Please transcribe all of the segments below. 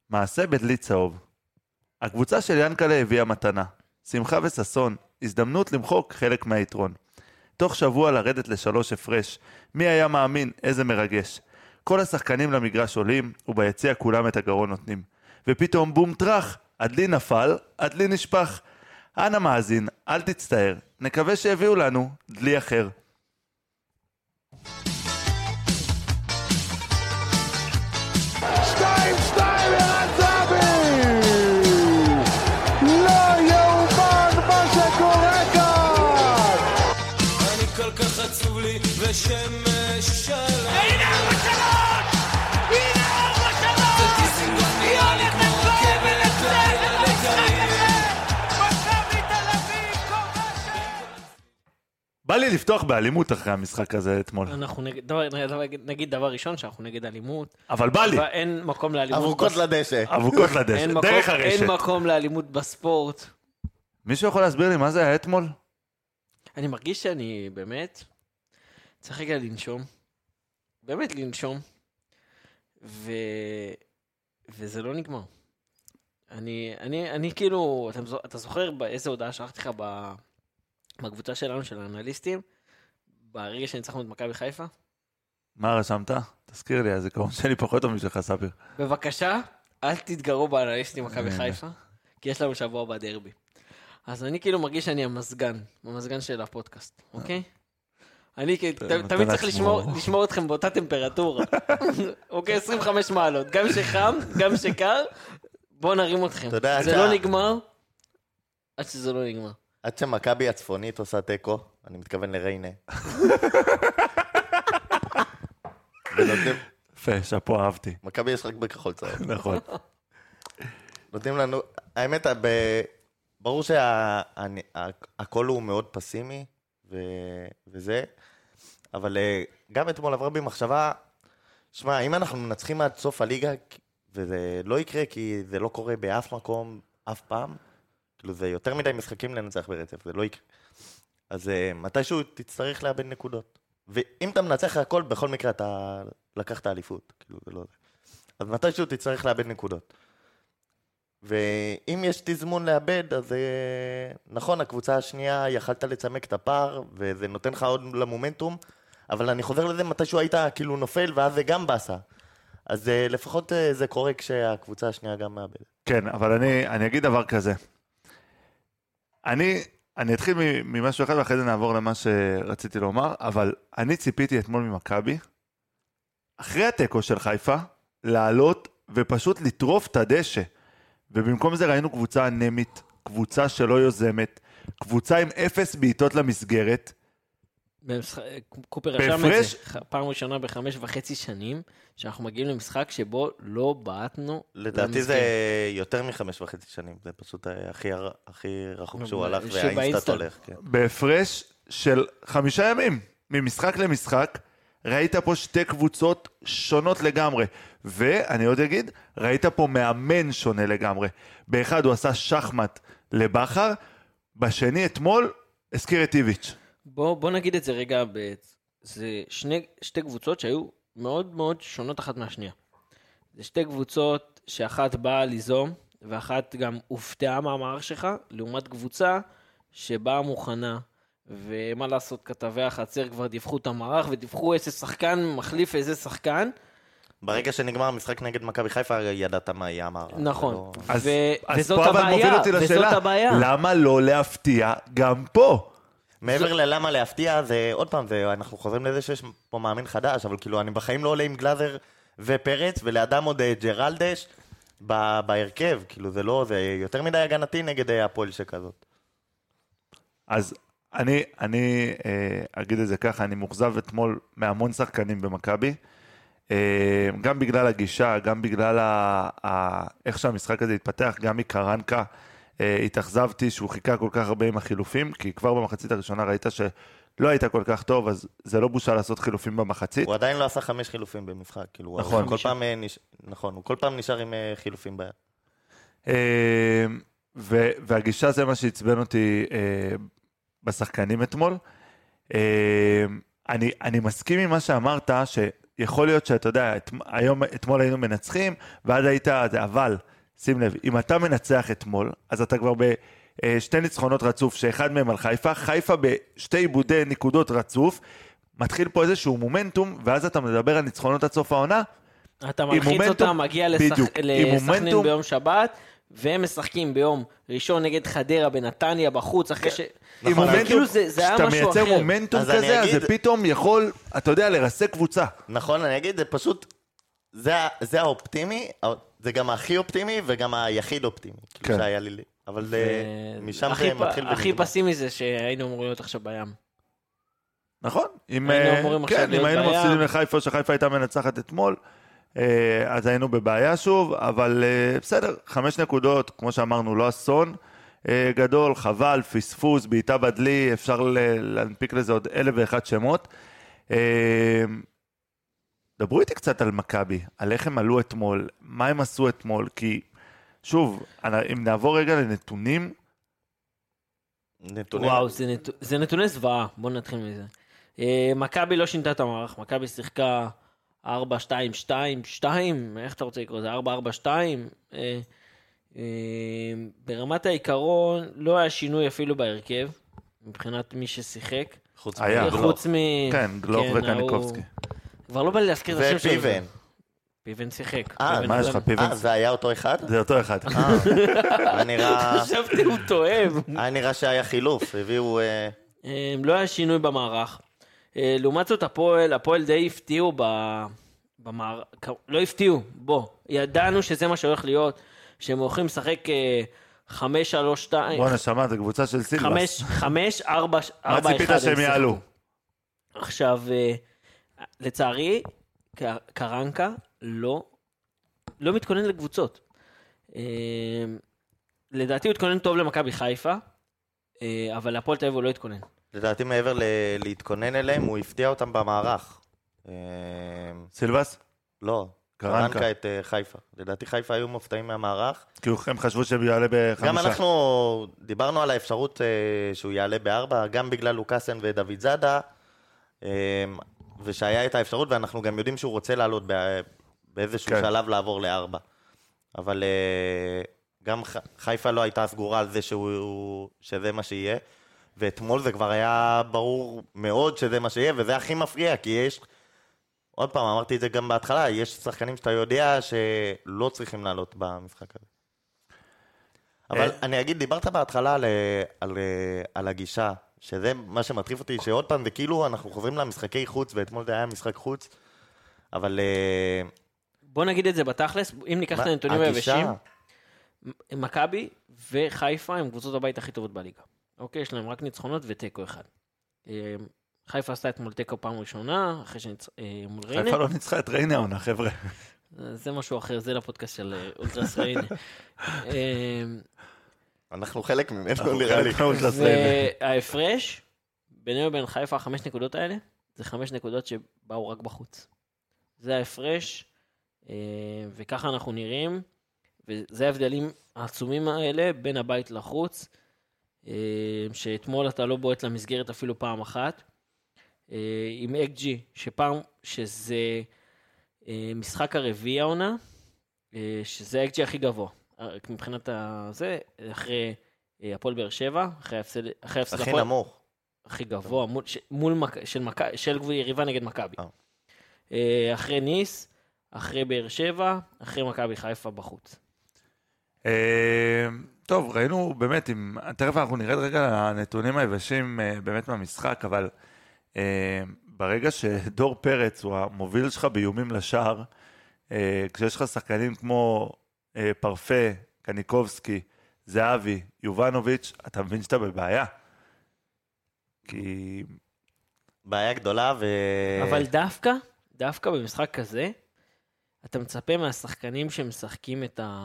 מעשה בדלי צהוב. הקבוצה של ינקלה הביאה מתנה. שמחה וססון, הזדמנות למחוק חלק מהיתרון. תוך שבוע לרדת ל3 הפרש. מי היה מאמין? איזה מרגש. כל השחקנים למגרש עולים, וביציע כולם את הגרון נותנים. ופתאום בום טרח, הדלי נפל, הדלי נשפך. אנא מאזין, אל תצטער. נקווה שהביאו לנו דלי אחר. ושמש שלום. הנה 4-3! הנה 4-3! היא הולכת לו לצלם למשחק הזה! מכבי תל אביב כובשת! בא לי לפתוח באלימות אחרי המשחק הזה אתמול. אנחנו נגיד דבר ראשון שאנחנו נגד אלימות. אבל בא לי. אין מקום לאלימות. אבוקות לדשא. אבוקות לדשא. דרך הרשת. אין מקום לאלימות בספורט. מישהו יכול להסביר לי מה זה היה אתמול? אני מרגיש שאני באמת צריך רגע לנשום. באמת לנשום. וזה לא נגמר. אני כאילו, אתה זוכר באיזה הודעה שלחתי לך בקבוצה שלנו, של האנליסטים, ברגע שניצחנו את מכבי חיפה? מה רשמת? תזכיר לי, הזיכרון שלי פחות טוב משלך, ספיר. בבקשה, אל תתגרו באנליסטים מכבי חיפה, כי יש לנו שבוע בדרבי. אז אני כאילו מרגיש שאני המזגן של הפודקאסט, אוקיי? אני תמיד צריך לשמור אתכם באותה טמפרטורה. אוקיי, 25 מעלות. גם שחם, גם שקר, בואו נרים אתכם. זה לא נגמר, עד שזה לא נגמר. עד שמכבי הצפונית עושה טקו, אני מתכוון לריינה. יפה, שפה אהבתי. מכבי יש רק בכחול צהוב. נכון. נותנים לנו, האמת, ברור שהכל הוא מאוד פסימי, וזה, אבל גם אתמול עברה בי מחשבה, שמע, אם אנחנו מנצחים עד סוף הליגה, וזה לא יקרה, כי זה לא קורה באף מקום, אף פעם, כאילו זה יותר מדי משחקים לנצח ברצף, זה לא יקרה. אז מתישהו תצטרך לאבד נקודות. ואם אתה מנצח הכל, בכל מקרה אתה לקחת אליפות, כאילו זה לא זה. אז מתישהו תצטרך לאבד נקודות. ואם יש תזמון לאבד, אז נכון, הקבוצה השנייה יכלת לצמק את הפער, וזה נותן לך עוד למומנטום, אבל אני חוזר לזה מתישהו היית כאילו נופל, ואז זה גם בסה. אז לפחות זה קורה כשהקבוצה השנייה גם מאבדת. כן, אבל אני אגיד דבר כזה. אני אתחיל ממשהו אחד, ואחרי זה נעבור למה שרציתי לומר, אבל אני ציפיתי אתמול ממכבי, אחרי הטקו של חיפה, לעלות ופשוט לטרוף את הדשא. ובמקום זה ראינו קבוצה אנמית, קבוצה שלא יוזמת, קבוצה עם 0 בעיטות למסגרת. קופר רשם את זה פעם ראשונה ב5.5 שנים, שאנחנו מגיעים למשחק שבו לא בעטנו. לדעתי זה יותר מ5.5 שנים, זה פשוט הכי רחוק שהוא הלך והאינסטאט הולך. בהפרש של 5 ימים, ממשחק למשחק, ראית פה 2 קבוצות שונות לגמרי, ואני עוד אגיד, ראית פה מאמן שונה לגמרי. באחד הוא עשה שחמט לבחר, בשני אתמול הזכיר את איביץ'. בוא נגיד את זה רגע, זה שתי קבוצות שהיו מאוד מאוד שונות אחת מהשנייה. זה 2 קבוצות שאחת באה ליזום, ואחת גם הופתעה מהמערך שלך, לעומת קבוצה שבאה מוכנה, ומה לעשות, כתבי החצר כבר דיווחו את המערך, ודיווחו איזה שחקן מחליף איזה שחקן. ברגע שנגמר המשחק נגד מכבי חיפה, ידעת מה יהיה המערך. נכון. אז פה אבל מוביל אותי לשאלה, למה לא להפתיע גם פה? מעבר ללמה להפתיע, זה עוד פעם, אנחנו חוזרים לזה שיש פה מאמין חדש, אבל כאילו אני בחיים לא עולה עם גלאזר ופרץ, ולאדם עוד ג'רלדש בהרכב, כאילו זה לא, זה יותר מדי הגנתי נגד הפועל שכזאת. אז אני אגיד את זה ככה, אני מוחזב אתמול מהמון שחקנים במכבי, גם בגלל הגישה, גם בגלל איך שהמשחק הזה התפתח, גם מקרנקה, התאכזבתי שהוא חיכה כל כך הרבה עם החילופים, כי כבר במחצית הראשונה ראית שלא היית כל כך טוב, אז זה לא בושה לעשות חילופים במחצית. הוא עדיין לא עשה 5 חילופים במשחק, כאילו, נכון. הוא כל פעם נשאר עם חילופים ביד. והגישה זה מה שהצבן אותי בשחקנים אתמול. אני מסכים עם מה שאמרת, יכול להיות שאתה יודע, אתמול היינו מנצחים, ואז היית, אבל, שים לב, אם אתה מנצח אתמול, אז אתה כבר בשתי ניצחונות רצוף, שאחד מהם על חיפה, חיפה בשתי עיבודי נקודות רצוף, מתחיל פה איזשהו מומנטום, ואז אתה מדבר על ניצחונות עד סוף העונה, אתה מלחיץ אותם, מגיע לסכנין ביום שבת, והם משחקים ביום ראשון נגד חדרה בנתניה בחוץ, אחרי ש... עם מומנטום, כשאתה מייצר מומנטום כזה, אז זה פתאום יכול, אתה יודע, לרסק קבוצה. נכון, אני אגיד, זה פשוט, זה האופטימי, זה גם הכי אופטימי וגם היחיד אופטימי, כאילו שהיה לי, אבל משם זה מתחיל... הכי פסימי זה שהיינו אמורים להיות עכשיו בים. נכון, אם היינו מפסידים לחיפה, שחיפה הייתה מנצחת אתמול, אז היינו בבעיה שוב, אבל בסדר, 5 נקודות, כמו שאמרנו, לא אסון גדול, חבל, פספוס, בעיטה בדלי, אפשר להנפיק לזה עוד 1,001 שמות. דברו איתי קצת על מכבי, על איך הם עלו אתמול, מה הם עשו אתמול, כי שוב, אם נעבור רגע לנתונים, וואו, זה נתוני זוועה, בואו נתחיל מזה. מכבי לא שינתה את המערך, מכבי שיחקה 4-2-2-2, איך אתה רוצה לקרוא? זה 4-4-2. ברמת העיקרון, לא היה שינוי אפילו בהרכב, מבחינת מי ששיחק. חוץ מ... כן, גלוך וקניקובסקי. כבר לא בא לי להזכיר את השם שלו. ופיבן. פיבן שיחק. מה יש לך, פיבן? זה היה אותו אחד? זה אותו אחד. חשבתי הוא טועב. היה נראה שהיה חילוף, הביאו... לא היה שינוי במערך. לעומת זאת, הפועל די הפתיעו במערך, לא הפתיעו, ידענו שזה מה שהולך להיות, שהם הולכים לשחק 5-3-2. בוא נשמע, זה קבוצה של סילבס. 5-4-1. מה ציפית שהם יעלו? עכשיו, לצערי, קרנקה לא מתכונן לקבוצות. לדעתי הוא התכונן טוב למכבי חיפה, אבל הפועל תל אביב הוא לא התכונן. לדעתי מעבר להתכונן אליהם, הוא הפתיע אותם במערך. סילבס? לא, קרנקה את חיפה. לדעתי חיפה היו מופתעים מהמערך. כי הם חשבו שהם יעלה ב5. גם אנחנו דיברנו על האפשרות שהוא יעלה ב4, גם בגלל לוקאסן ודוד זאדה, ושהיה את האפשרות, ואנחנו גם יודעים שהוא רוצה לעלות באיזשהו שלב לעבור ל4. אבל גם חיפה לא הייתה סגורה על זה שזה מה שיהיה. ואתמול זה כבר היה ברור מאוד שזה מה שיהיה, וזה הכי מפריע, כי יש, עוד פעם, אמרתי את זה גם בהתחלה, יש שחקנים שאתה יודע שלא צריכים לעלות במשחק הזה. אבל אני אגיד, דיברת בהתחלה על הגישה, שזה מה שמטריף אותי, שעוד פעם זה כאילו אנחנו חוזרים למשחקי חוץ, ואתמול זה היה משחק חוץ, אבל... בוא נגיד את זה בתכלס, אם ניקח את הנתונים היבשים, מכבי וחיפה הם קבוצות הבית הכי טובות בליגה. אוקיי, יש להם רק ניצחונות וטקו אחד. חיפה עשתה אתמול טקו פעם ראשונה, אחרי מול ריינה. חיפה לא ניצחה את ריינה עונה, חבר'ה. זה משהו אחר, זה לפודקאסט של אולטרס ריינה. אנחנו חלק ממנו נראה לי. וההפרש, בינינו ובין חיפה, 5 נקודות האלה, זה 5 נקודות שבאו רק בחוץ. זה ההפרש, וככה אנחנו נראים, וזה ההבדלים העצומים האלה בין הבית לחוץ, שאתמול אתה לא בועט למסגרת אפילו פעם אחת, עם אקג'י, שזה משחק הרביעי העונה, שזה האקג'י הכי גבוה, מבחינת זה, אחרי הפועל באר שבע, אחרי הפסד הכי נמוך. הכי גבוה, של יריבה נגד מכבי. אחרי ניס, אחרי באר שבע, אחרי מכבי חיפה בחוץ. טוב, ראינו באמת, תכף אנחנו נרד רגע לנתונים היבשים באמת מהמשחק, אבל ברגע שדור פרץ הוא המוביל שלך באיומים לשער, כשיש לך שחקנים כמו פרפה, קניקובסקי, זהבי, יובנוביץ', אתה מבין שאתה בבעיה. כי... בעיה גדולה אבל דווקא במשחק כזה, אתה מצפה מהשחקנים שמשחקים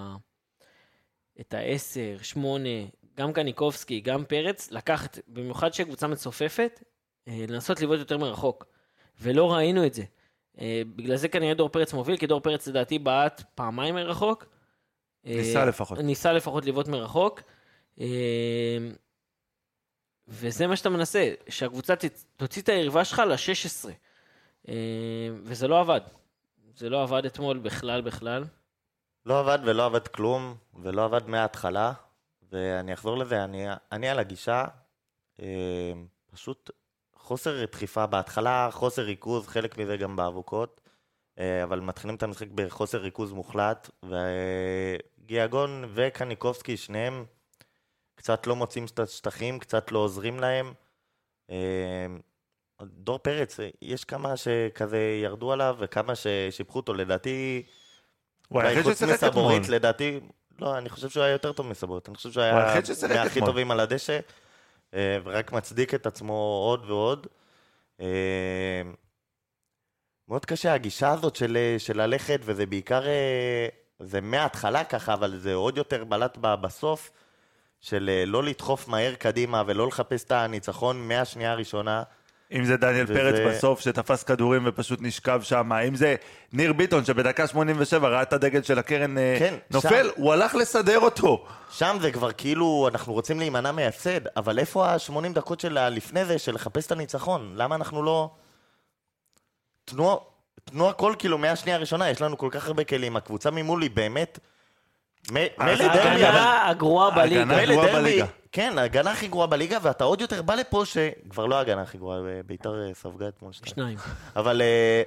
את ה-10, 8, גם קניקובסקי, גם פרץ, לקחת, במיוחד שהקבוצה מצופפת, לנסות לבעוט יותר מרחוק. ולא ראינו את זה. בגלל זה כנראה דור פרץ מוביל, כי דור פרץ לדעתי בעט פעמיים מרחוק. ניסה לפחות לבעוט מרחוק. וזה מה שאתה מנסה, שהקבוצה תוציא את היריבה שלך ל-16. וזה לא עבד. זה לא עבד אתמול בכלל. לא עבד ולא עבד כלום, ולא עבד מההתחלה, ואני אחזור לזה, אני על הגישה, פשוט חוסר דחיפה בהתחלה, חוסר ריכוז, חלק מזה גם באבוקות, אבל מתחילים את המשחק בחוסר ריכוז מוחלט, וגיאגון וקניקובסקי, שניהם קצת לא מוצאים את השטחים, קצת לא עוזרים להם. דור פרץ, יש כמה שכזה ירדו עליו, וכמה ששיפחו אותו, לדעתי, הוא היחיד חוץ ששיחק אתמול. מסבורית, לדעתי, לא, אני חושב שהוא היה יותר טוב מסבורית, אני חושב שהוא היה היחיד ששיחק מהכי אתמול. טובים על הדשא, ורק מצדיק את עצמו עוד ועוד. מאוד קשה, הגישה הזאת של ללכת, וזה בעיקר, זה מההתחלה ככה, אבל זה עוד יותר בלט בסוף, של לא לדחוף מהר קדימה, ולא לחפש את הניצחון מהשנייה הראשונה. אם זה דניאל פרץ בסוף שתפס כדורים ופשוט נשכב שם, אם זה ניר ביטון שבדקה 87 ראה את הדגל של הקרן כן, נופל, הוא הלך לסדר אותו. שם זה כבר כאילו, אנחנו רוצים להימנע מהפסד, אבל איפה ה-80 דקות של לפני זה, של לחפש את הניצחון? למה אנחנו לא... תנו הכל כאילו מהשנייה הראשונה, יש לנו כל כך הרבה כלים, הקבוצה ממול היא באמת... מילא דרבי, ההגנה הגרועה בליגה. ההגנה הגרועה בליגה. כן, ההגנה הכי גרועה בליגה, ואתה עוד יותר בא לפה שכבר לא ההגנה הכי גרועה, ביתר ספגה אתמול 2. אבל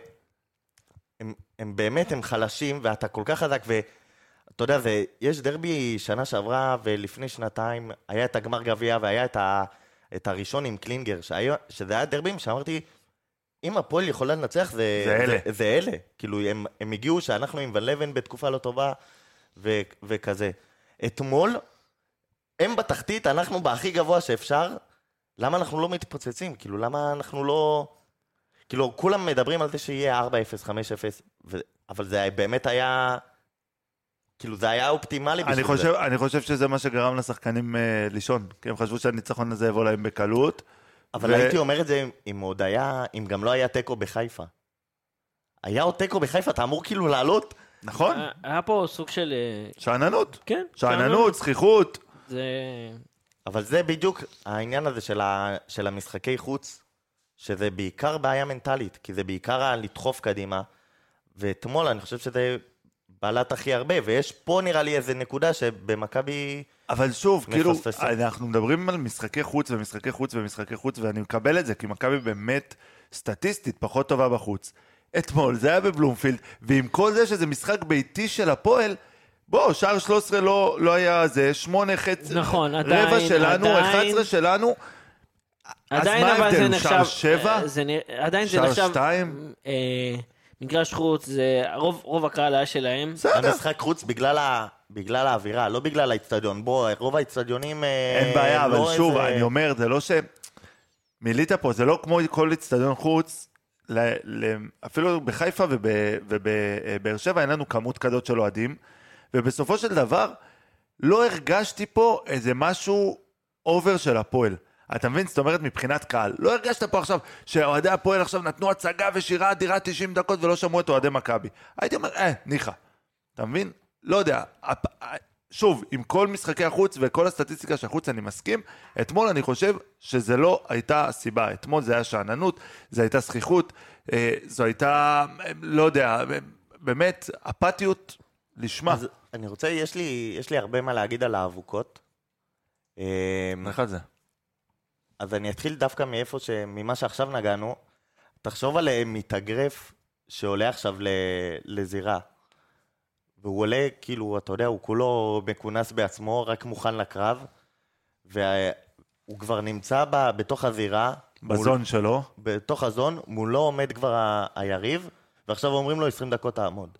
הם באמת, הם חלשים, ואתה כל כך חזק, ואתה יודע, יש דרבי שנה שעברה, ולפני שנתיים היה את הגמר גביע, והיה את הראשון עם קלינגר, שזה היה דרבים שאמרתי, אם הפועל יכולה לנצח, זה אלה. כאילו, הם הגיעו שאנחנו עם ון לבן בתקופה לא טובה, וכזה. אתמול, הם בתחתית, אנחנו בהכי גבוה שאפשר, למה אנחנו לא מתפוצצים? כאילו, למה אנחנו לא... כאילו, כולם מדברים על זה שיהיה 4-0, 5-0, אבל זה באמת היה... כאילו, זה היה אופטימלי בשביל זה. אני חושב שזה מה שגרם לשחקנים לישון, כי הם חשבו שהניצחון הזה יבוא להם בקלות. אבל הייתי אומר את זה אם עוד היה, אם גם לא היה טקו בחיפה. היה עוד טקו בחיפה, אתה אמור כאילו לעלות... נכון. היה פה סוג של... שעננות. כן. שעננות, זכיחות. זה... אבל זה בדיוק העניין הזה של המשחקי חוץ, שזה בעיקר בעיה מנטלית, כי זה בעיקר לדחוף קדימה, ואתמול אני חושב שזה בלט הכי הרבה, ויש פה נראה לי איזה נקודה שבמכבי... אבל שוב, כאילו, מפספסים. אנחנו מדברים על משחקי חוץ ומשחקי חוץ ומשחקי חוץ, ואני מקבל את זה, כי מכבי באמת סטטיסטית פחות טובה בחוץ. אתמול, זה היה בבלומפילד, ועם כל זה שזה משחק ביתי של הפועל, בוא, שער 13 לא היה זה, 8 חצי, נכון, עדיין, רבע שלנו, עדיין, 11 שלנו, עדיין אז מה אבל זה ההבדל? שער נחשב, 7? עדיין זה שער נחשב, 2? מגרש חוץ, זה רוב הקהל היה שלהם. בסדר. המשחק חוץ בגלל האווירה, לא בגלל האצטדיון. בוא, רוב האצטדיונים... אין בעיה, אבל לא שוב, איזה... אני אומר, זה לא ש... מילית פה, זה לא כמו כל אצטדיון חוץ, אפילו בחיפה ובבאר שבע אין לנו כמות כזאת של אוהדים, ובסופו של דבר לא הרגשתי פה איזה משהו אובר של הפועל. אתה מבין? זאת אומרת, מבחינת קהל. לא הרגשת פה עכשיו שאוהדי הפועל עכשיו נתנו הצגה ושירה אדירה 90 דקות ולא שמעו את אוהדי מכבי. הייתי אומר, ניחא. אתה מבין? לא יודע. שוב, עם כל משחקי החוץ וכל הסטטיסטיקה של החוץ אני מסכים. אתמול אני חושב שזה לא הייתה הסיבה. אתמול זה היה שעננות, זה הייתה זכיחות, זו הייתה, לא יודע, באמת, אפתיות לשמה. אז אני רוצה, יש לי הרבה מה להגיד על האבוקות. איך על זה? אז אני אתחיל דווקא ממה שעכשיו נגענו. תחשוב על מתאגרף שעולה עכשיו לזירה. והוא עולה, כאילו, אתה יודע, הוא כולו מכונס בעצמו, רק מוכן לקרב. והוא כבר נמצא בתוך הזירה. בזון שלו. בתוך הזון, מולו עומד כבר היריב, ועכשיו אומרים לו 20 דקות תעמוד.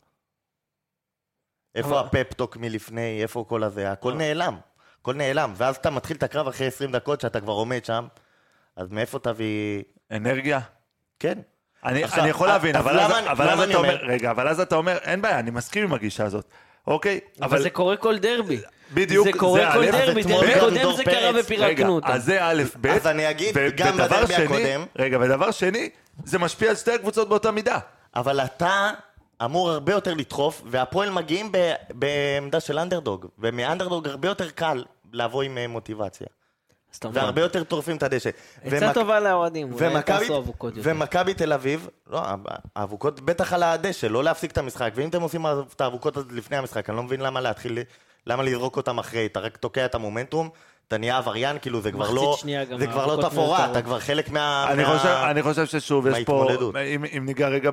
איפה הפפטוק מלפני, איפה כל הזה? הכל נעלם. הכל נעלם. ואז אתה מתחיל את הקרב אחרי 20 דקות שאתה כבר עומד שם. אז מאיפה תביא... אנרגיה? כן. אני יכול להבין, אבל אז אתה אומר, רגע, אבל אז אתה אומר, אין בעיה, אני מסכים עם הגישה הזאת, אוקיי? אבל זה קורה כל דרבי. בדיוק, זה קורה כל דרבי, דרבי קודם זה קרה ופירקנו אותם. אז זה א' ב', אז אני אגיד, גם בדרבי הקודם... רגע, ודבר שני, זה משפיע על שתי הקבוצות באותה מידה. אבל אתה אמור הרבה יותר לדחוף, והפועל מגיעים בעמדה של אנדרדוג, ומאנדרדוג הרבה יותר קל לבוא עם מוטיבציה. אז אתה אומר, והרבה יותר טורפים את הדשא. עצה טובה לאוהדים, אולי ומכבי- תעשו אבוקות יותר. ומכבי תל אביב, לא, האבוקות בטח על הדשא, לא להפסיק את המשחק, ואם אתם עושים את האבוקות לפני המשחק, אני לא מבין למה לזרוק אותם אחרי, אתה רק תוקע את המומנטום, אתה נהיה עבריין, כאילו זה כבר מחצית לא, שנייה גם זה כבר לא האבוקות תפאורה, מיותרות. אתה כבר חלק אני חושב ששוב, יש פה, מההתמודדות. אם ניגע רגע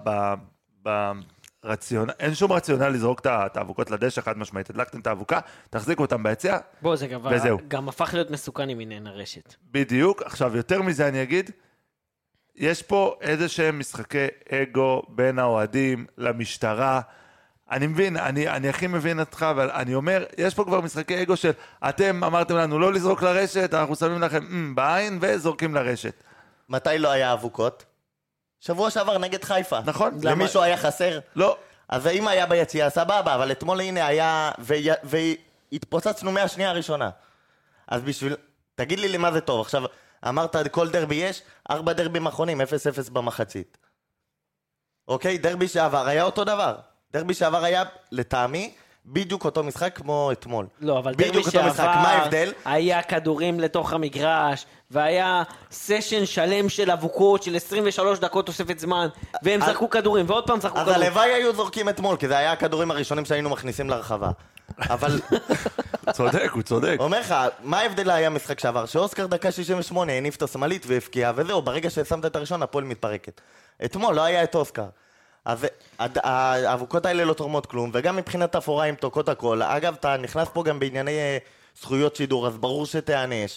ברציונל, אין שום רציונל לזרוק את האבוקות לדשא, חד משמעית, הדלקתם את האבוקה, תחזיקו אותם ביציע, בוא, זה וזהו. גם הפך להיות מסוכן עם עניין הרשת. בדיוק. עכשיו, יותר מזה אני אגיד, יש פה איזה שהם משחקי אגו בין האוהדים למשטרה. אני מבין, אני הכי מבין אותך, אבל אני אומר, יש פה כבר משחקי אגו של, אתם אמרתם לנו לא לזרוק לרשת, אנחנו שמים לכם בעין וזורקים לרשת. מתי לא היה אבוקות? שבוע שעבר נגד חיפה. נכון? למישהו היה חסר? לא. אז אם היה ביציאה, סבבה, אבל אתמול הנה היה, והתפוצצנו מהשנייה הראשונה. אז תגיד לי למה זה טוב. עכשיו, אמרת, כל דרבי יש, 4 דרבים אחרונים, 0-0 במחצית. אוקיי, דרבי שעבר היה אותו דבר. דרבי שעבר היה, לטעמי, בדיוק אותו משחק כמו אתמול. לא, אבל דרבי בדיוק אותו משחק. מה ההבדל? היה כדורים לתוך המגרש, והיה סשן שלם של אבוקות של 23 דקות תוספת זמן, והם זרקו כדורים, ועוד פעם זרקו אז כדורים. הלוואי היו זורקים אתמול, כי זה היה הכדורים הראשונים שהיינו מכניסים לרחבה. אבל, הוא צודק. אומר לך, מה ההבדל היה משחק שעבר? שאוסקר דקה 68 הניף את השמאלית והפקיע, וזהו, ברגע ששמת את הראשון, הפועל מתפרקת. אתמול לא היה את אוסקר. אז האבוקות האלה לא תורמות כלום, וגם מבחינת תפאורה עם תוקות הכל. אגב, אתה נכנס פה גם בענייני זכויות שידור, אז ברור שתענש.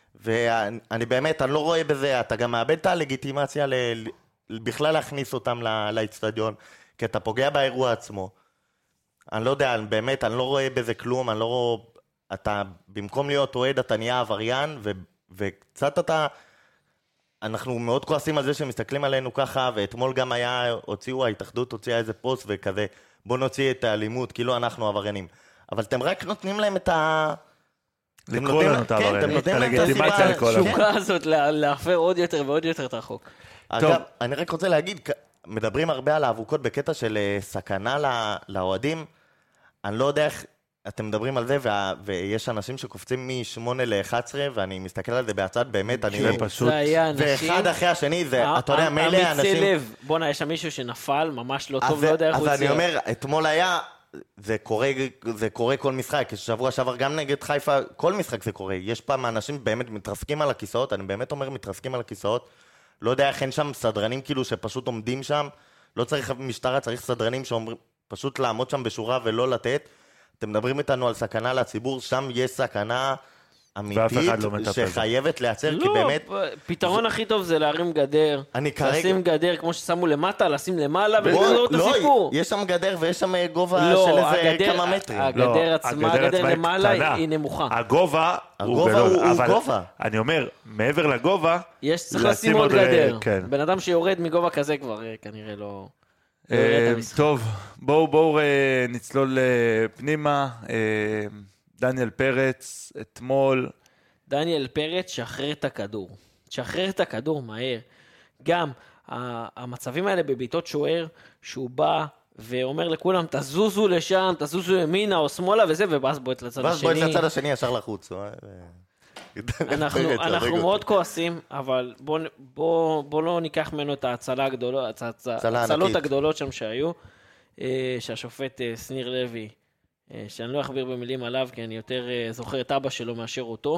ואני באמת, אני לא רואה בזה, אתה גם מאבד את הלגיטימציה בכלל להכניס אותם לאצטדיון, כי אתה פוגע באירוע עצמו. אני לא יודע, באמת, אני לא רואה בזה כלום, אני לא רואה, אתה, במקום להיות אוהד, אתה נהיה עבריין, וקצת אתה, אנחנו מאוד כועסים על זה שמסתכלים עלינו ככה, ואתמול גם ההתאחדות הוציאה איזה פוסט וכזה, בוא נוציא את האלימות, כאילו אנחנו עבריינים. אבל אתם רק נותנים להם את ה... לקרוא לנו את העבריינים, את הלגיטימציה לקרוא לנו. השוקה הזאת להפר עוד יותר ועוד יותר את החוק. אגב, אני רק רוצה להגיד, מדברים הרבה על האבוקות בקטע של סכנה לאוהדים. אני לא יודע איך אתם מדברים על זה, ויש אנשים שקופצים מ-8 ל-11, ואני מסתכל על זה בהצד, באמת, אני... זה פשוט. זה היה אנשים... ואחד אחרי השני, זה, אתה יודע, מילא אמיצי אנשים... לב. בוא'נה, יש שם מישהו שנפל, ממש לא טוב, לא יודע איך הוא אז אני הציע. אומר, אתמול היה... זה קורה כל משחק, שבוע שעבר גם נגד חיפה, כל משחק זה קורה. יש פעם אנשים באמת מתרסקים על הכיסאות, אני באמת אומר מתרסקים על הכיסאות. לא יודע איך אין שם סדרנים כאילו שפשוט עומדים שם, לא צריך משטרה, צריך סדרנים שאומרים, פשוט לעמוד שם בשורה ולא לתת. אתם מדברים איתנו על סכנה לציבור, שם יש סכנה אמיתית שחייבת לייצר, כי באמת... לא, פתרון הכי טוב זה להרים גדר, אני כרגע... לשים גדר כמו ששמו למטה, לשים למעלה ולגזור את הסיפור. יש שם גדר ויש שם גובה של איזה כמה מטרים. הגדר עצמה, הגדר למעלה היא נמוכה. הגובה הוא גובה. אני אומר, מעבר לגובה, צריך לשים עוד גדר. בן אדם שיורד מגובה כזה כבר כנראה לא... טוב, בואו נצלול פנימה. דניאל פרץ, אתמול. דניאל פרץ, שחרר את הכדור מהר. גם המצבים האלה בביתות שוער, שהוא בא ואומר לכולם, תזוזו לשם, תזוזו ימינה או שמאלה וזה, ואז בועט לצד השני. ואז בועט לצד השני ישר לחוץ. אנחנו מאוד כועסים, אבל בוא לא ניקח ממנו את ההצלות הגדולות שם שהיו, שהשופט שניר לוי, שאני לא אכביר במילים עליו, כי אני יותר זוכר את אבא שלו מאשר אותו,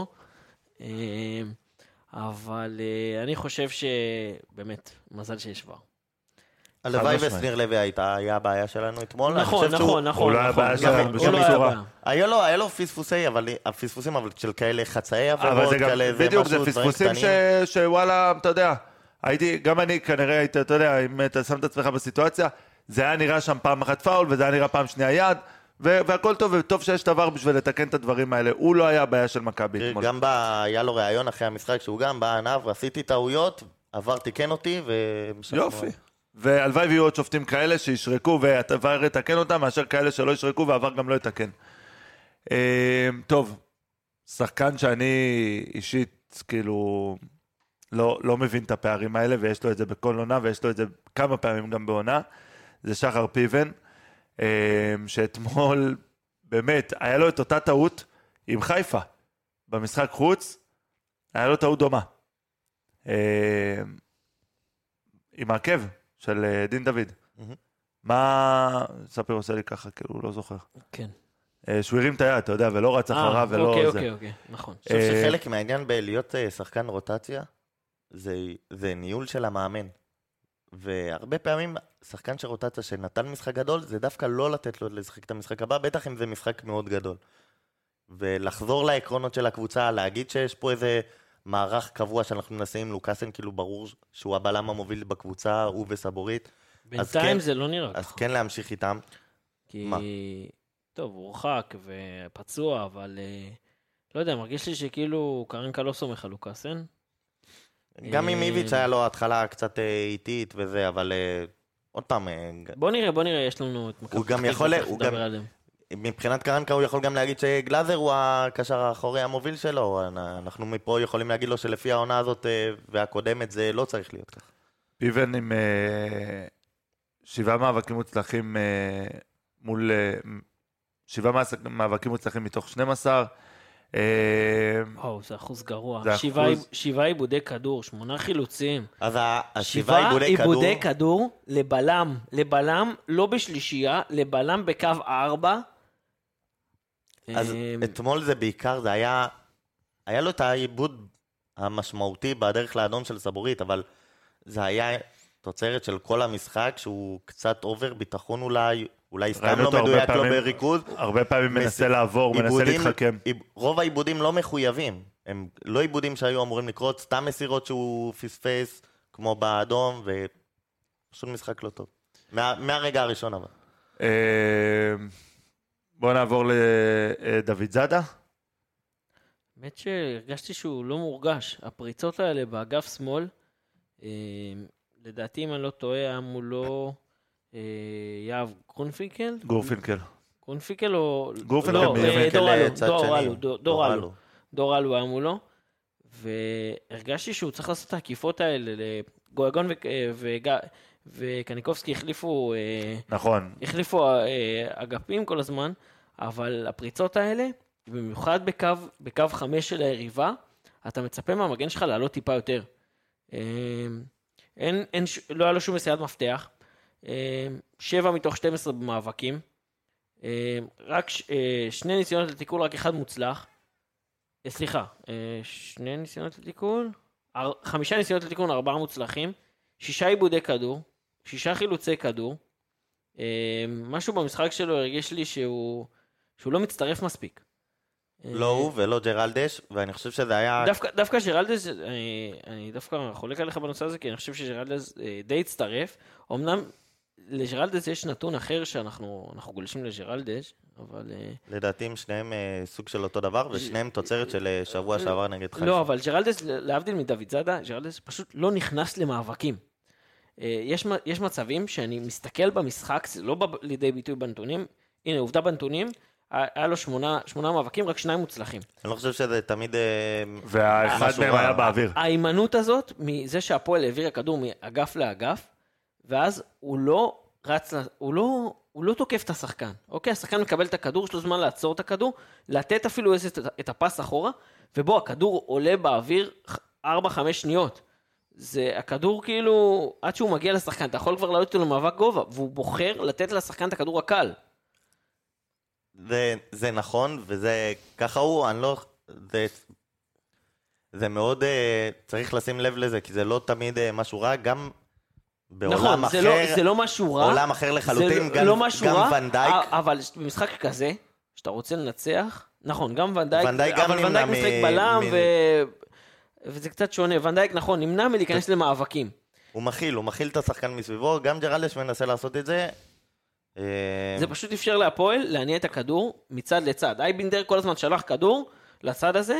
אבל אני חושב שבאמת, מזל שיש כבר. הלוואי ושניר לוי היה הבעיה שלנו אתמול. נכון. הוא לא היה הבעיה שלנו בשום צורה. היה לו פספוסים, אבל של כאלה חצאי עבירות, כאלה זה בדיוק, משהו, זה פספוסים שוואלה, אתה יודע, גם אני כנראה הייתי, אתה יודע, אם אתה שם את עצמך בסיטואציה, זה היה נראה שם פעם אחת פאול, וזה היה נראה פעם שנייה יד, והכל טוב, וטוב שיש דבר בשביל לתקן את הדברים האלה. הוא לא היה הבעיה של מכבי אתמול. גם היה לו ראיון אחרי המשחק, שהוא גם בא עניו, עשיתי טעויות, עבר תיקן אותי, יופי. והלוואי ויהיו עוד שופטים כאלה שישרקו ועבר יתקן אותם, מאשר כאלה שלא ישרקו ועבר גם לא יתקן. טוב, שחקן שאני אישית כאילו לא מבין את הפערים האלה, ויש לו את זה בכל עונה, ויש לו את זה כמה פעמים גם בעונה, זה שחר פיבן, שאתמול באמת היה לו את אותה טעות עם חיפה, במשחק חוץ, היה לו טעות דומה. עם העקב של דין דוד. מה... ספיר עושה לי ככה, כאילו, הוא לא זוכר. כן. שהוא הרים את היד, אתה יודע, ולא רץ אחריו ולא זה. אוקיי, נכון. אני חושב שחלק מהעניין בלהיות שחקן רוטציה, זה ניהול של המאמן. והרבה פעמים שחקן של רוטציה שנתן משחק גדול, זה דווקא לא לתת לו לשחק את המשחק הבא, בטח אם זה משחק מאוד גדול. ולחזור לעקרונות של הקבוצה, להגיד שיש פה איזה מערך קבוע שאנחנו מנסים עם לוקאסן, כאילו ברור שהוא הבלם המוביל בקבוצה, הוא וסבורית. בינתיים זה לא נראה אז ככה. כן להמשיך איתם. כי... מה? טוב, הוא הורחק ופצוע, אבל... לא יודע, מרגיש לי שכאילו קרנקה לא סומך על לוקאסן. גם עם איביץ' היה לו התחלה קצת איטית וזה, אבל עוד פעם... בוא נראה, יש לנו את מכבי. הוא גם יכול... מבחינת קרנקה הוא יכול גם להגיד שגלאזר הוא הקשר האחורי המוביל שלו. אנחנו מפה יכולים להגיד לו שלפי העונה הזאת והקודמת זה לא צריך להיות ככה. פיבן עם 7 מאבקים מוצלחים מול... 7 מאבקים מוצלחים מתוך 12. זה אחוז גרוע. זה 7 עיבודי כדור, 8 חילוצים. אז 7 7 עיבודי כדור... עיבודי כדור לבלם, לא בשלישייה, לבלם בקו 4. אז אתמול זה בעיקר, זה היה לו את העיבוד המשמעותי בדרך לאדום של סבורית, אבל זה היה תוצרת של כל המשחק, שהוא קצת אובר ביטחון אולי סתם לא מדויק לו בריכוז. הרבה פעמים מנסה לעבור, מנסה להתחכם. רוב העיבודים לא מחויבים, הם לא עיבודים שהיו אמורים לקרות, סתם מסירות שהוא פספס, כמו באדום, ופשוט משחק לא טוב. מהרגע הראשון אבל. בואו נעבור לדוד זאדה. האמת שהרגשתי שהוא לא מורגש. הפריצות האלה באגף שמאל, לדעתי אם אני לא טועה, היה מולו יאב גורפינקל? גורפינקל או... דור אלו היה מולו. והרגשתי שהוא צריך לעשות את העקיפות האלה. גויגון וקניקובסקי החליפו... נכון. החליפו אגפים כל הזמן, אבל הפריצות האלה, במיוחד בקו 5 של היריבה, אתה מצפה מהמגן שלך לעלות טיפה יותר. לא היה לו שום מסירת מפתח. 7 מתוך 12 במאבקים. רק 2 ניסיונות לתיקול, רק 1 מוצלח. סליחה, 2 ניסיונות לתיקול, 5 ניסיונות לתיקול, 4 מוצלחים. 6 עיבודי כדור, 6 חילוצי כדור. משהו במשחק שלו הרגיש לי שהוא לא מצטרף מספיק. לא הוא ולא ג'רלדש, ואני חושב שזה היה... דווקא ג'רלדש, אני דווקא חולק עליך בנושא הזה, כי אני חושב שג'רלדש די הצטרף. אמנם לג'רלדש יש נתון אחר שאנחנו גולשים לג'רלדש, אבל... לדעתי הם שניהם סוג של אותו דבר, ושניהם תוצרת של שבוע שעבר נגד חיפה. לא, אבל ג'רלדש, להבדיל מדוד זאדה, ג'רלדש פשוט לא נכנס למאבקים. יש מצבים שאני מסתכל במשחק, זה לא בא לידי ביטוי בנתונים, הנה, עובדה בנתונים, היה לו 8 מאבקים, רק 2 מוצלחים. אני לא חושב שזה תמיד... והאחד מהם היה באוויר. האימנות הזאת, מזה שהפועל העביר הכדור מאגף לאגף, ואז הוא לא רץ, הוא לא תוקף את השחקן. אוקיי, השחקן מקבל את הכדור, יש לו זמן לעצור את הכדור, לתת אפילו את הפס אחורה, ובו הכדור עולה באוויר 4-5 שניות. זה הכדור כאילו, עד שהוא מגיע לשחקן, אתה יכול כבר לעלות אותו למאבק גובה, והוא בוחר לתת לשחקן את הכדור הקל. זה נכון, וזה ככה הוא, אני לא... זה מאוד... צריך לשים לב לזה, כי זה לא תמיד משהו רע, גם בעולם אחר... נכון, זה לא משהו רע. עולם אחר לחלוטין, גם ונדייק. אבל במשחק כזה, שאתה רוצה לנצח, נכון, גם ונדייק, אבל ונדייק משחק בלם, וזה קצת שונה. ונדייק, נכון, נמנע מלהיכנס למאבקים. הוא מכיל את השחקן מסביבו, גם ג'רלדש מנסה לעשות את זה. זה פשוט אפשר להפועל להניע את הכדור מצד לצד. אייבינדר כל הזמן שלח כדור לצד הזה,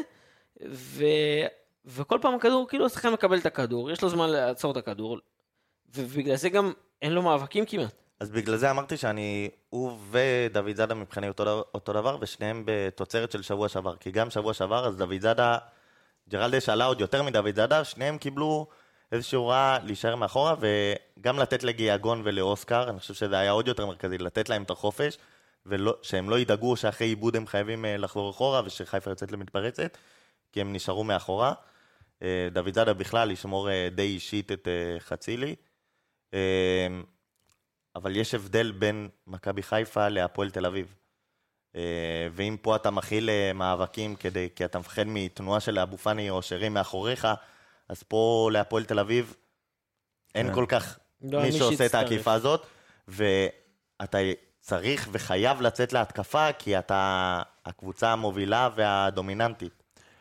וכל פעם הכדור, כאילו השחקן מקבל את הכדור, יש לו זמן לעצור את הכדור, ובגלל זה גם אין לו מאבקים כמעט. אז בגלל זה אמרתי הוא ודוד זאדה מבחיני אותו דבר, ושניהם בתוצרת של שבוע שעבר. כי גם שבוע שעבר, אז דוד זאדה, ג'רלדש עלה עוד יותר מדוד זאדה, שניהם קיבלו איזושהי הוראה להישאר מאחורה, וגם לתת לגיאגון ולאוסקר, אני חושב שזה היה עוד יותר מרכזי, לתת להם את החופש, שהם לא ידאגו שאחרי עיבוד הם חייבים לחזור אחורה, ושחיפה יוצאת למתפרצת, כי הם נשארו מאחורה. דוד זאדה בכלל ישמור די אישית את חצילי. אבל יש הבדל בין מכבי חיפה להפועל תל אביב. ואם פה אתה מכיל מאבקים כי אתה מפחד מתנועה של אבו פאני או שרי מאחוריך, אז פה להפועל תל אביב אין כל כך מי שעושה את העקיפה הזאת, ואתה צריך וחייב לצאת להתקפה, כי אתה הקבוצה המובילה והדומיננטית.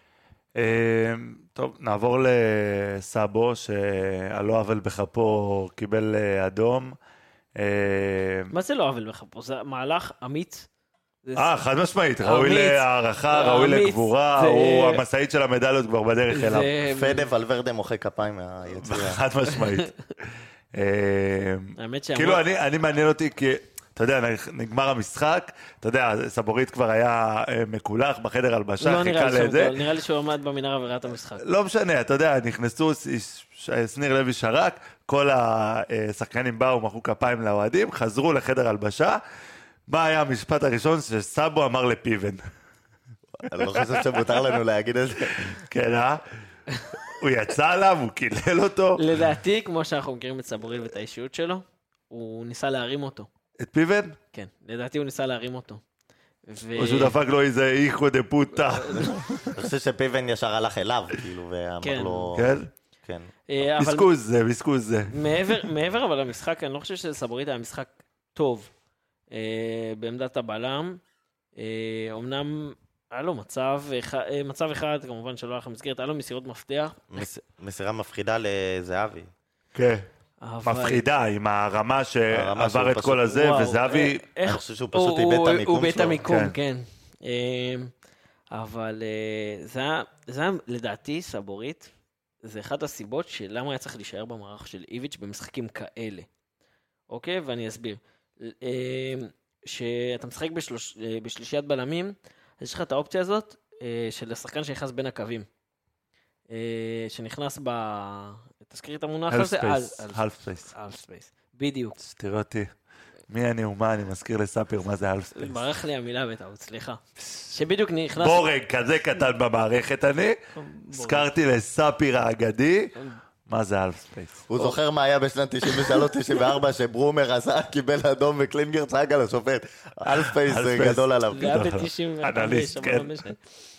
טוב, נעבור לסאבו, שעל לא עוול בכפו קיבל אדום. מה זה לא עוול בכפו? זה מהלך אמיץ. חד משמעית, ראוי להערכה, ראוי לגבורה, הוא המסעית של המדליות כבר בדרך אליו. פדה ולוורדה מוחא כפיים מהיציאה. חד משמעית. כאילו אני מעניין אותי כי, אתה יודע, נגמר המשחק, אתה יודע, סבורית כבר היה מקולח בחדר הלבשה, חיכה לזה. נראה לי שהוא עמד במנהרה וראה את המשחק. לא משנה, אתה יודע, נכנסו, שניר לוי שרק, כל השחקנים באו, מחאו כפיים לאוהדים, חזרו לחדר הלבשה, מה היה המשפט הראשון שסאבו אמר לפיבן? אני לא חושב שמותר לנו להגיד את זה. כן, הוא יצא עליו, הוא קילל אותו. לדעתי, כמו שאנחנו מכירים את סבורית ואת האישיות שלו, הוא ניסה להרים אותו. את פיבן? כן, לדעתי הוא ניסה להרים אותו. או שהוא דפק לו איזה איכו דה פוטה. אני חושב שפיבן ישר הלך אליו, כאילו, ואמר לו... כן? כן. ביסקוז זה. מעבר אבל למשחק, אני לא חושב שסבורית היה משחק טוב. בעמדת הבלם, אמנם היה לו מצב אחד, כמובן שלא הלך למסגרת, היה לו מסירות מפתח. מסירה מפחידה לזהבי. כן, מפחידה, עם הרמה שעבר את כל הזה, וזהבי... אני חושב שהוא פשוט איבד את המיקום שלו. הוא איבד את המיקום, כן. אבל זה היה, לדעתי, סבורית, זה אחת הסיבות שלמה היה צריך להישאר במערך של איביץ' במשחקים כאלה. אוקיי? ואני אסביר. שאתה משחק בשלישיית בלמים, אז יש לך את האופציה הזאת של השחקן שנכנס בין הקווים. שנכנס תזכיר את המונח הזה? half space. half space, בדיוק. תראה אותי, מי אני ומה, אני מזכיר לספיר מה זה half space. ברח לי המילה בטעות, סליחה. שבדיוק נכנס... בורג כזה קטן במערכת אני, הזכרתי לספיר האגדי, מה זה half space? הוא זוכר מה היה בשנת 93-94 שברומר עשה, קיבל אדום וקלינגר צעק על השופט. half space זה גדול עליו. זה היה ב-95, אבל לא משנה.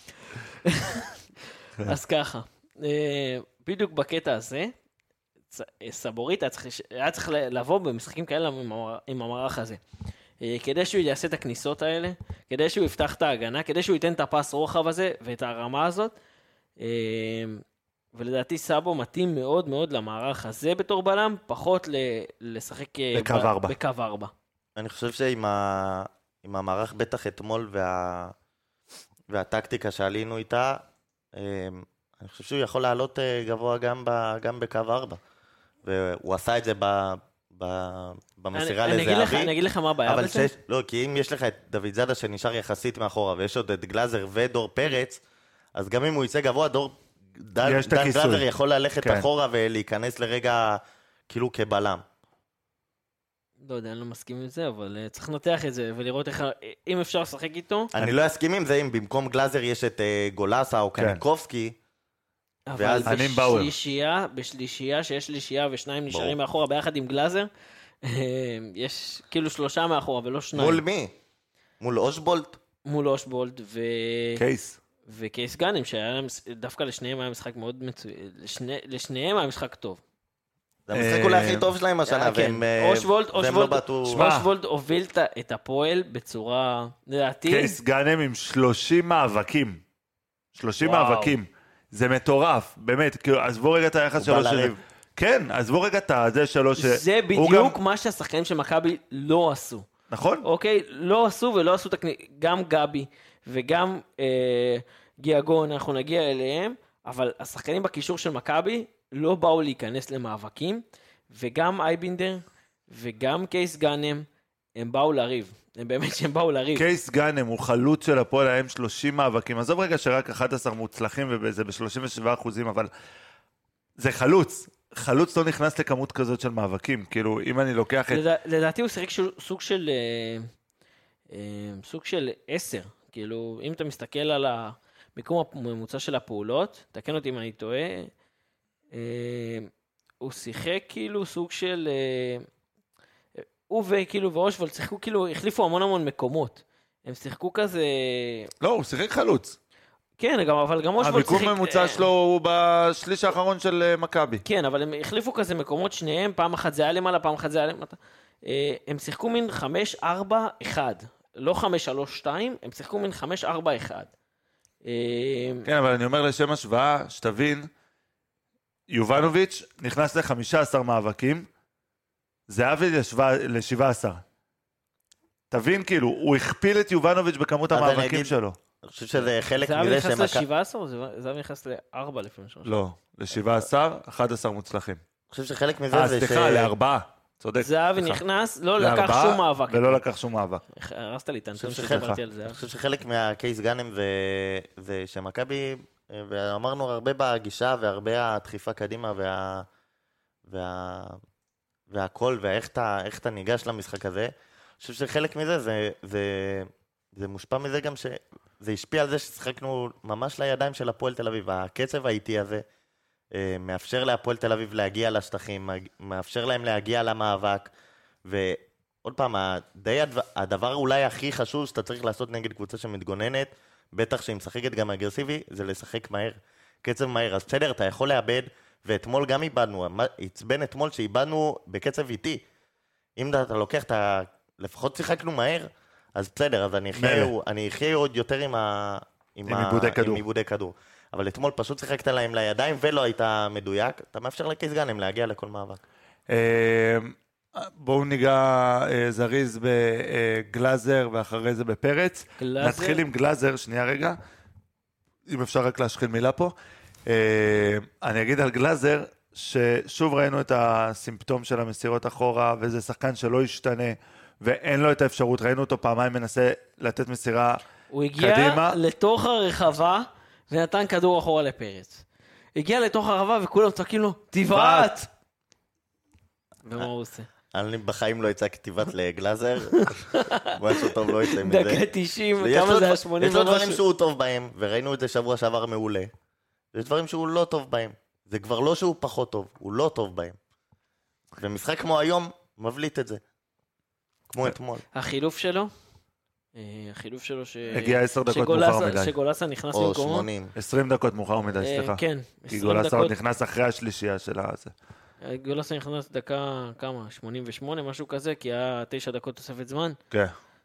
אז ככה, בדיוק בקטע הזה, סבורית היה צריך לבוא במשחקים כאלה עם המערך הזה. כדי שהוא יעשה את הכניסות האלה, כדי שהוא יפתח את ההגנה, כדי שהוא ייתן את הפס רוחב הזה ואת הרמה הזאת, ולדעתי סאבו מתאים מאוד מאוד למערך הזה בתור בלם, פחות לשחק בקו 4. אני חושב שעם המערך בטח אתמול והטקטיקה שעלינו איתה, אני חושב שהוא יכול לעלות גבוה גם בקו 4. והוא עשה את זה במסירה לזהבי. אני אגיד לך מה הבעיה בזה? לא, כי אם יש לך את דוד זאדה שנשאר יחסית מאחורה, ויש עוד את גלאזר ודור פרץ, אז גם אם הוא יצא גבוה, דן גלאזר יכול ללכת אחורה ולהיכנס לרגע כאילו כבלם. לא יודע, אני לא מסכים עם זה, אבל צריך לנתח את זה ולראות איך, אם אפשר לשחק איתו. אני לא אסכים עם זה, אם במקום גלאזר יש את גולסה או קניקובסקי, אבל בשלישייה, שיש שלישייה ושניים נשארים מאחורה ביחד עם גלאזר, יש כאילו 3 מאחורה ולא 2. מול מי? מול אושבולט? מול אושבולט קייס. וקייס גאנם, שדווקא לשניהם היה משחק מאוד מצוין, לשניהם היה משחק טוב. זה המשחק אולי הכי טוב שלהם השנה, והם לא בטו... אושבולט הוביל את הפועל בצורה, לדעתי... קייס גאנם עם 30 מאבקים. 30 מאבקים. זה מטורף, באמת, כאילו, עזבו רגע את היחס שלו של... כן, עזבו רגע את זה שלו ש... זה בדיוק מה שהשחקנים של מכבי לא עשו. נכון. אוקיי? לא עשו ולא עשו גם גבי וגם גיאגון, אנחנו נגיע אליהם, אבל השחקנים בקישור של מכבי לא באו להיכנס למאבקים, וגם אייבינדר וגם קייס גאנם, הם באו לריב. הם באמת שהם באו לריב. קייס גאנם הוא חלוץ של הפועל, היה 30 מאבקים. עזוב רגע שרק 11 מוצלחים וזה ב-37%, אבל זה חלוץ. חלוץ לא נכנס לכמות כזאת של מאבקים. כאילו, אם אני לוקח את... לדעתי הוא שיחק סוג של 10. כאילו, אם אתה מסתכל על מיקום הממוצע של הפעולות, תקן אותי אם אני טועה, הוא שיחק כאילו סוג של, הוא וכאילו ואושבולד שיחקו כאילו, החליפו המון מקומות. הם שיחקו כזה... לא, הוא שיחק חלוץ. כן, אבל גם אושבולד שיחק... המיקום ממוצע שלו הוא בשליש האחרון של מכבי. כן, אבל הם החליפו כזה מקומות שניהם, פעם אחת זה היה למעלה, פעם אחת זה היה למטה. הם שיחקו מין 5-4-1, לא 5-3-2, הם שיחקו מין 5-4-1. כן, אבל אני אומר לשם השוואה, שתבין, יובנוביץ' נכנס ל-15 מאבקים, זהבי ל-17. תבין, כאילו, הוא הכפיל את יובנוביץ' בכמות המאבקים שלו. אני חושב שזה חלק זהבי מזה נכנס ל-17 או זהבי נכנס ל-4 לפעמים? לא, ל-17, 11 מוצלחים. אני חושב שחלק מזה זה סליחה, ל-4. צודק. זהבי נכנס, לא לקח שום מאבק. ולא לקח שום מאבק. הרסת לי את הנתון חושב שדיברתי על זה. אני חושב שחלק מהקייס גאנם זה שמכבי, ואמרנו הרבה בגישה והרבה הדחיפה קדימה והכל, ואיך אתה ניגש למשחק הזה. אני חושב שחלק מזה זה מושפע מזה גם שזה השפיע על זה ששחקנו ממש לידיים של הפועל תל אביב. הקצב האיטי הזה מאפשר להפועל תל אביב להגיע לשטחים, מאפשר להם להגיע למאבק, ועוד פעם, הדבר אולי הכי חשוב שאתה צריך לעשות נגד קבוצה שמתגוננת, בטח שהיא משחקת גם אגרסיבי, זה לשחק מהר, קצב מהר. אז בסדר, אתה יכול לאבד, ואתמול גם איבדנו, עצבן אתמול שאיבדנו בקצב איטי. אם אתה לוקח, לפחות שיחקנו מהר, אז בסדר, אז אני אחיה עוד יותר עם עיבודי כדור. אבל אתמול פשוט שיחקת להם לידיים ולא היית מדויק, אתה מאפשר לקייס גאנם להגיע לכל מאבק. בואו ניגע זריז בגלאזר ואחרי זה בפרץ. נתחיל עם גלאזר, שנייה רגע, אם אפשר רק להשחיל מילה פה. אני אגיד על גלאזר, ששוב ראינו את הסימפטום של המסירות אחורה, וזה שחקן שלא ישתנה, ואין לו את האפשרות, ראינו אותו פעמיים מנסה לתת מסירה קדימה. הוא הגיע לתוך הרחבה, ונתן כדור אחורה לפרץ. הגיע לתוך הרחבה, וכולם צועקים לו, תבעט! ומה הוא עושה? אני בחיים לא יצא כתיבת לגלאזר, משהו טוב לא יצא מזה. דקה 90, כמה זה היה 80 יש לו דברים שהוא טוב בהם, וראינו את זה שבוע שעבר מעולה. יש דברים שהוא לא טוב בהם. זה כבר לא שהוא פחות טוב, הוא לא טוב בהם. ומשחק כמו היום, מבליט את זה. כמו אתמול. החילוף שלו הגיע 10 דקות מאוחר מדי. שגולסה נכנס או במקומו. 80. 20 דקות מאוחר מדי, סליחה. כן, כי 20 גולסה עוד דקות. נכנס אחרי השלישייה של הזה. גולסה נכנס דקה, כמה? 88, משהו כזה, כי היה 9 דקות תוספת זמן. כן.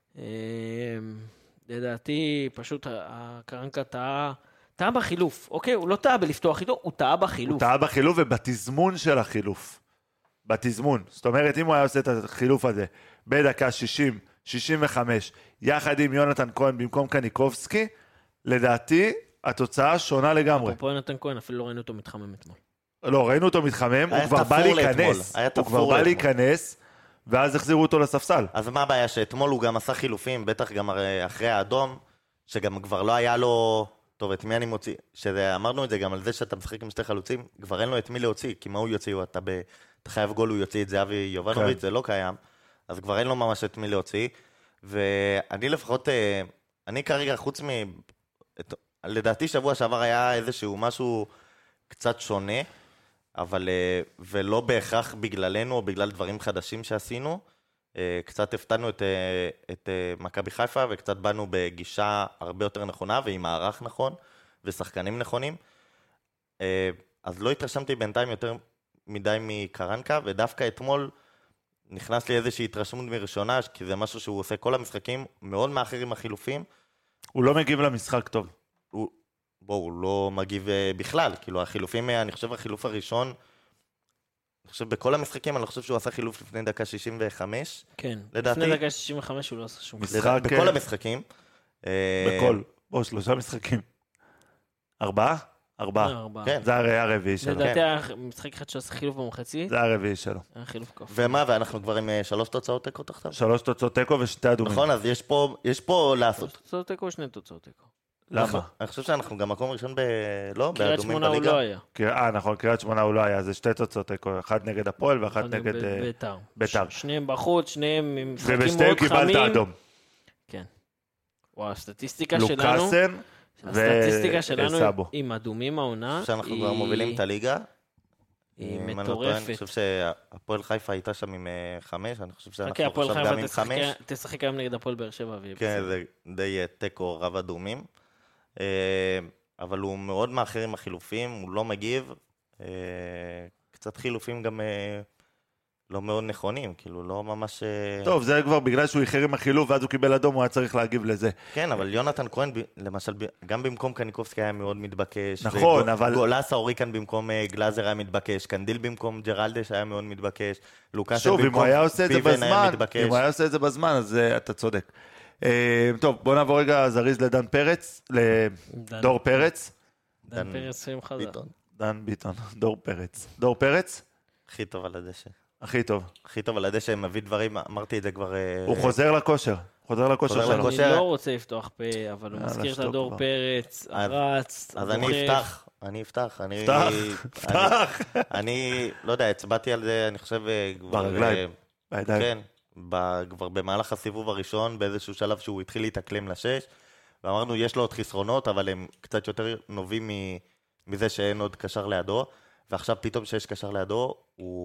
לדעתי, פשוט הקרנקה טעה בחילוף. אוקיי, הוא לא טעה בלפתוח איתו, הוא טעה בחילוף. הוא טעה בחילוף ובתזמון של החילוף. בתזמון. זאת אומרת, אם הוא היה עושה את החילוף הזה בדקה 60, 65, יחד עם יונתן כהן במקום קניקובסקי, לדעתי, התוצאה שונה לגמרי. אפרופו יונתן כהן, אפילו לא ראינו אותו מתחמם אתמול. לא, ראינו אותו מתחמם, הוא כבר בא להיכנס. הוא כבר בא להיכנס, ואז החזירו אותו לספסל. אז מה הבעיה? שאתמול הוא גם עשה חילופים, בטח גם אחרי האדום, שגם כבר לא היה לו... טוב, את מי אני מוציא? שאמרנו את זה גם על זה שאתה משחק עם שתי חלוצים, כבר אין לו את מי להוציא, כי מה הוא יוציא? אתה חייב גול, הוא יוציא את זהבי יובנוביץ', זה לא קיים. אז כבר אין לו ממש את מי להוציא. ואני לפחות, אני כרגע חוץ לדעתי שבוע שעבר היה איזשהו משהו קצת שונה, אבל, ולא בהכרח בגללנו או בגלל דברים חדשים שעשינו. קצת הפתענו את מכבי חיפה, וקצת באנו בגישה הרבה יותר נכונה, ועם מערך נכון, ושחקנים נכונים. אז לא התרשמתי בינתיים יותר מדי מקרנקה, ודווקא אתמול נכנס לי איזושהי התרשמות מראשונה, כי זה משהו שהוא עושה כל המשחקים, מאוד מאחר עם החילופים. הוא לא מגיב למשחק טוב. הוא לא מגיב בכלל, כאילו החילופים, אני חושב החילוף הראשון, אני חושב בכל המשחקים, אני חושב שהוא עשה חילוף לפני דקה 65. כן, לדעתי, לפני דקה 65 הוא לא עשה שום משחק. בכל המשחקים. בכל, 3 משחקים. 4? 4. כן. זה הרביעי שלו. לדעתי היה משחק אחד שעשה חילוף במחצית. זה הרביעי שלו. היה חילוף כפול. ומה, ואנחנו כבר עם 3 תוצאות תיקו תחתיו? 3 תוצאות תיקו ו2 אדומים. נכון, אז יש פה לעשות. תוצאות תיקו או 2 תוצאות תיקו? למה? אני חושב שאנחנו גם מקום ראשון לא? קריית שמונה הוא לא היה. נכון, קריית שמונה הוא לא היה, זה 2 תוצאות תיקו, 1 נגד הפועל ואחת נגד ביתר. שניהם בחוץ, שניהם עם משחקים מאוד ובשתיהם חמים. קיבלת אדום. כן. וואו, הסטטיסטיקה שלנו, לוקאסן, הסטטיסטיקה שלנו סאבו. עם אדומים העונה, שאנחנו כבר מובילים את הליגה. היא אם אני לא טועה, אני מטורפת. חושב שהפועל חיפה הייתה שם עם 5, אני חושב חכה, שאנחנו הפועל עכשיו גם חיפה עם 5. תשחק היום נגד הפועל באר שבע. ויהיה כן, בסדר. זה די תיקו רב אדומים. אבל הוא מאוד מאחר עם החילופים, הוא לא מגיב. קצת חילופים גם לא מאוד נכונים, כאילו לא ממש... טוב, זה כבר בגלל שהוא איחר עם החילוף, ואז הוא קיבל אדום, הוא היה צריך להגיב לזה. כן, אבל יונתן כהן, למשל, גם במקום קניקובסקי היה מאוד מתבקש. נכון, אבל... גולס האוריקן במקום גלאזר היה מתבקש, קנדיל במקום ג'רלדש היה מאוד מתבקש, לוקאסן שוב, אם הוא במקום היה עושה את זה פיבן היה בזמן, מתבקש. אם הוא היה עושה את זה בזמן, אז אתה צודק. טוב, בוא נעבור רגע זריז לדן פרץ, לדור פרץ. דן פרץ עם חזר. ביטון. דן ביטון, דור פרץ. דור פרץ, הכי טוב על הדשא. הכי טוב. הכי טוב על הדשא, מביא דברים, אמרתי את זה כבר... הוא חוזר לכושר. חוזר לכושר חוזר שלו. לכושר. אני לא רוצה לפתוח פה, אבל הוא יאללה, מזכיר את שתוק הדור כבר. פרץ, רץ, אז אני אפתח. פתח. אני, לא יודע, הצבעתי על זה, אני חושב... ברגליים, בידיים. כן, כבר במהלך הסיבוב הראשון, באיזשהו שלב שהוא התחיל להתאקלם לשש, ואמרנו, יש לו עוד חסרונות, אבל הם קצת יותר נובעים מזה שאין עוד קשר לידו, ועכשיו פתאום שיש קשר לידו,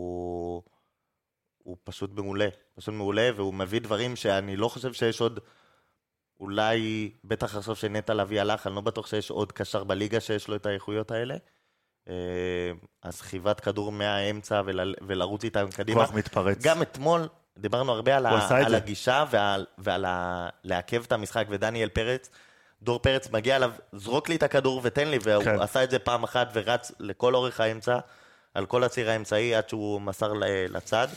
הוא פשוט מעולה, והוא מביא דברים שאני לא חושב שיש עוד, אולי, בטח עכשיו שנטע לביא הלך, אני לא בטוח שיש עוד קשר בליגה שיש לו את האיכויות האלה. אז חיבת כדור מהאמצע ולרוץ איתם קדימה. כוח מתפרץ. גם אתמול דיברנו הרבה הוא עשה את על זה. הגישה ועל לעכב את המשחק, ודניאל פרץ, דור פרץ מגיע אליו, זרוק לי את הכדור ותן לי, והוא כן. עשה את זה פעם אחת ורץ לכל אורך האמצע, על כל הציר האמצעי עד שהוא מסר לצד.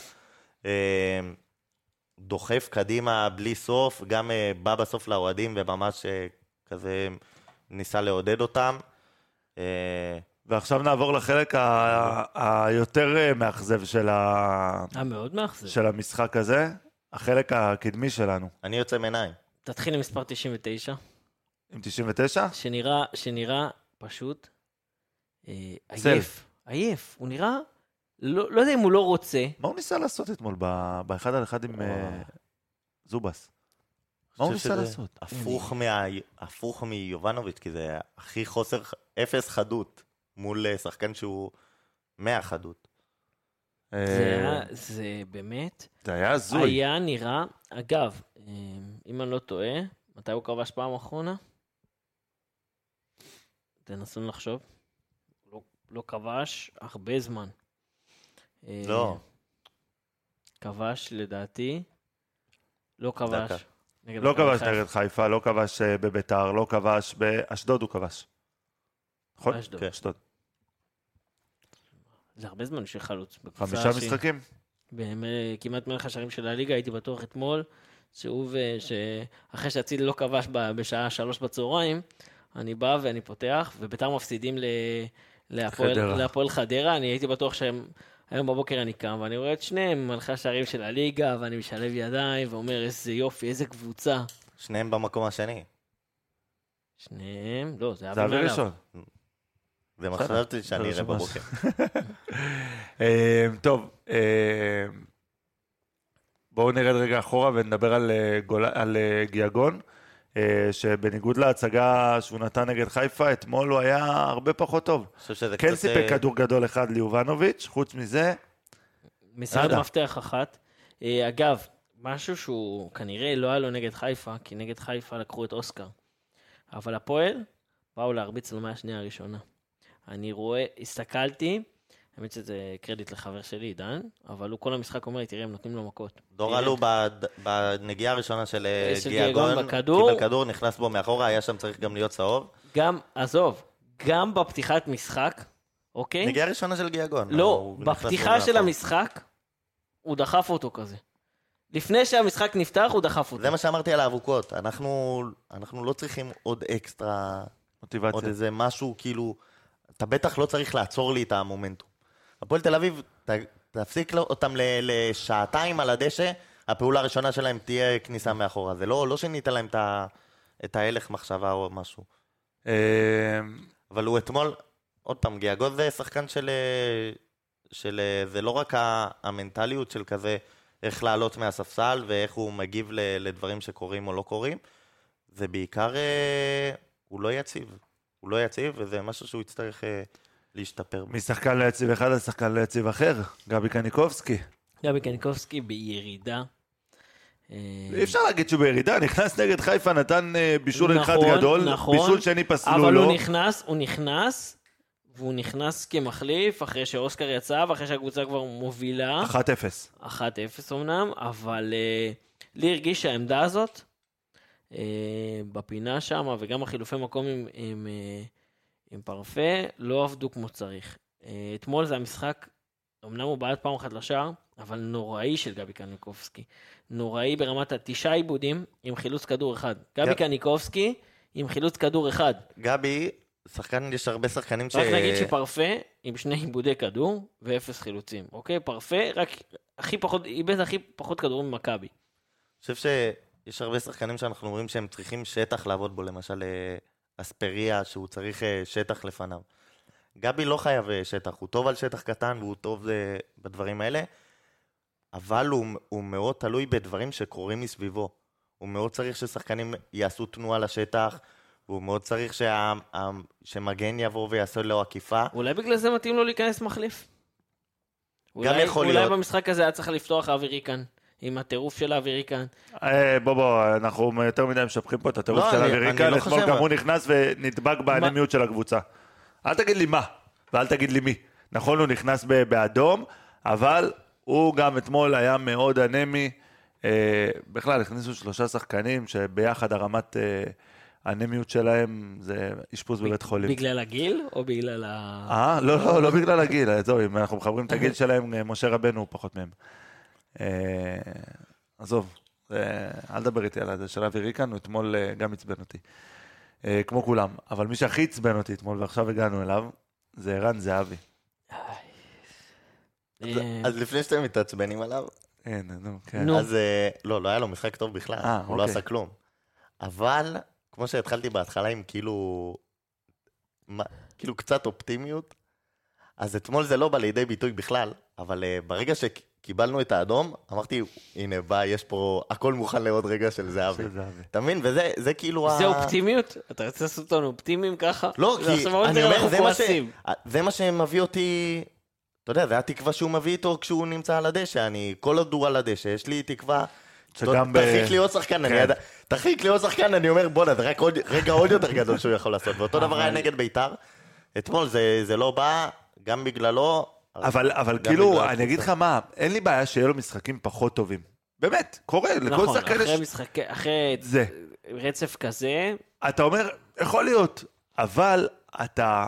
דוחף קדימה בלי סוף, גם בא בסוף לאוהדים וממש כזה ניסה לעודד אותם. ועכשיו נעבור לחלק היותר מאכזב מאוד מאכזב. של המשחק הזה, החלק הקדמי שלנו. אני יוצא מעיניים. תתחיל עם מספר 99, עם 99? שנראה פשוט סל. עייף. הוא נראה, לא יודע אם הוא לא רוצה. מה הוא ניסה לעשות אתמול באחד על אחד עם זובס? מה הוא ניסה לעשות? הפוך מיובנוביץ', כי זה הכי חוסר, אפס חדות, מול שחקן שהוא 100 חדות. זה באמת, זה היה הזוי. היה נראה, אגב, אם אני לא טועה, מתי הוא כבש פעם אחרונה? תנסו לחשוב. לא כבש הרבה זמן. לא. כבש לדעתי, לא כבש. לא כבש נגד חיפה, לא כבש בביתר, לא כבש באשדוד הוא כבש. נכון? באשדוד. כן, אשדוד. זה הרבה זמן שחלוץ. 5 משחקים? כמעט מלך השערים של הליגה, הייתי בטוח אתמול, שאחרי שאצילי לא כבש בשעה 3 בצהריים, אני בא ואני פותח, וביתר מפסידים להפועל חדרה, אני הייתי בטוח שהם, היום בבוקר אני קם, ואני רואה את שניהם, מלכי השערים של הליגה, ואני משלב ידיים, ואומר, איזה יופי, איזה קבוצה. שניהם במקום השני. שניהם, לא, זה היה זה אבי ראשון. זה מה חשבתי שאני אראה בבוקר. טוב, בואו נרד רגע אחורה ונדבר על גיאגון, שבניגוד להצגה שהוא נתן נגד חיפה, אתמול הוא היה הרבה פחות טוב. כן סיפק כדור גדול אחד ליובנוביץ', חוץ מזה... מסירת מפתח אחת. אגב, משהו שהוא כנראה לא היה לו נגד חיפה, כי נגד חיפה לקחו את אוסקר. אבל הפועל באו להרביץ לו מהשנייה הראשונה. אני רואה, הסתכלתי, האמת שזה קרדיט לחבר שלי, עידן, אבל הוא כל המשחק אומר לי, תראה, הם נותנים לו מכות. דור אלו בנגיעה הראשונה של גיאגון, קיבל כדור, נכנס בו מאחורה, היה שם צריך גם להיות צהוב. גם, עזוב, גם בפתיחת משחק, אוקיי? נגיעה ראשונה של גיאגון. לא, בפתיחה של המשחק, הוא דחף אותו כזה. לפני שהמשחק נפתח, הוא דחף אותו. זה מה שאמרתי על האבוקות. אנחנו לא צריכים עוד אקסטרה, מוטיבציה. עוד איזה משהו, כאילו, אתה בטח לא צריך לעצור לי את המומנטום. הפועל תל אביב, תפסיק אותם לשעתיים על הדשא, הפעולה הראשונה שלהם תהיה כניסה מאחורה. זה לא שינית להם את ההלך מחשבה או משהו. אבל הוא אתמול, עוד פעם, גיאגון זה שחקן של זה לא רק המנטליות של כזה, איך לעלות מהספסל ואיך הוא מגיב לדברים שקורים או לא קורים, זה בעיקר, הוא לא יציב. הוא לא יציב, וזה משהו שהוא יצטרך להשתפר. משחקן לא יציב אחד לשחקן לא יציב אחר, גבי קניקובסקי. גבי קניקובסקי בירידה. אי אפשר להגיד שהוא בירידה, נכנס נגד חיפה, נתן בישול אחד נכון, גדול, נכון. בישול שני פסלו אבל לו. והוא נכנס כמחליף, אחרי שאוסקר יצא, ואחרי שהקבוצה כבר מובילה. 1-0. 1-0 אמנם, אבל לי הרגיש שהעמדה הזאת, בפינה שם, וגם החילופי מקום עם פרפה, לא עבדו כמו צריך. אתמול זה המשחק, אמנם הוא בעד פעם אחת לשער, אבל נוראי של גבי קניקובסקי. נוראי ברמת 9 עיבודים עם חילוץ כדור אחד. גבי קניקובסקי עם חילוץ כדור אחד. גבי, שחקן, יש הרבה שחקנים רק נגיד שפרפה עם 2 עיבודי כדור ו0 חילוצים. אוקיי? פרפה רק איבד הכי פחות כדורים ממכבי. אני חושב שיש הרבה שחקנים שאנחנו אומרים שהם צריכים שטח לעבוד בו, למשל אספריה, שהוא צריך שטח לפניו. גבי לא חייב שטח, הוא טוב על שטח קטן והוא טוב בדברים האלה, אבל הוא מאוד תלוי בדברים שקורים מסביבו. הוא מאוד צריך ששחקנים יעשו תנועה לשטח, והוא מאוד צריך שמגן יבוא ויעשה לו עקיפה. אולי בגלל זה מתאים לו להיכנס מחליף? גם יכול להיות. אולי במשחק הזה היה צריך לפתוח אוויריקן, עם הטירוף של האוויריקן. בוא, אנחנו יותר מדי משפכים פה את הטירוף של האוויריקן, אתמול גם הוא נכנס ונדבק באנמיות של הקבוצה. אל תגיד לי מה, ואל תגיד לי מי. נכון, הוא נכנס באדום, אבל הוא גם אתמול היה מאוד אנמי. בכלל, הכניסו 3 שחקנים שביחד הרמת האנמיות שלהם זה אשפוז בבית חולים. בגלל הגיל או בגלל ה... לא בגלל הגיל. אם אנחנו מחברים את הגיל שלהם, משה רבנו הוא פחות מהם. עזוב, אל דבר איתי על זה של אוויריקן, הוא אתמול גם עצבן אותי. כמו כולם, אבל מי שהכי עצבן אותי אתמול, ועכשיו הגענו אליו, זה ערן זהבי. אז לפני שאתם מתעצבנים עליו, כן. אז לא היה לו משחק טוב בכלל, הוא לא עשה כלום. אבל, כמו שהתחלתי בהתחלה עם כאילו קצת אופטימיות, אז אתמול זה לא בא לידי ביטוי בכלל, אבל ברגע קיבלנו את האדום, אמרתי, הנה בא, יש פה, הכל מוכן לעוד רגע של זהבי. אתה מבין? וזה כאילו... זה אופטימיות? אתה רוצה לעשות אותנו אופטימיים ככה? לא, כי אני אומר, זה מה שמביא אותי, אתה יודע, זה התקווה שהוא מביא איתו כשהוא נמצא על הדשא, אני כל עוד הוא על הדשא, יש לי תקווה, תרחיק לי עוד שחקן, אני אומר, בוא, זה רק רגע עוד יותר גדול שהוא יכול לעשות, ואותו דבר היה נגד ביתר, אתמול זה לא בא, גם בגללו, אבל כאילו, אני אגיד לך מה, אין לי בעיה שיהיה לו משחקים פחות טובים. באמת, קורה, לכל שחקן יש... נכון, אחרי רצף כזה... אתה אומר, יכול להיות, אבל אתה...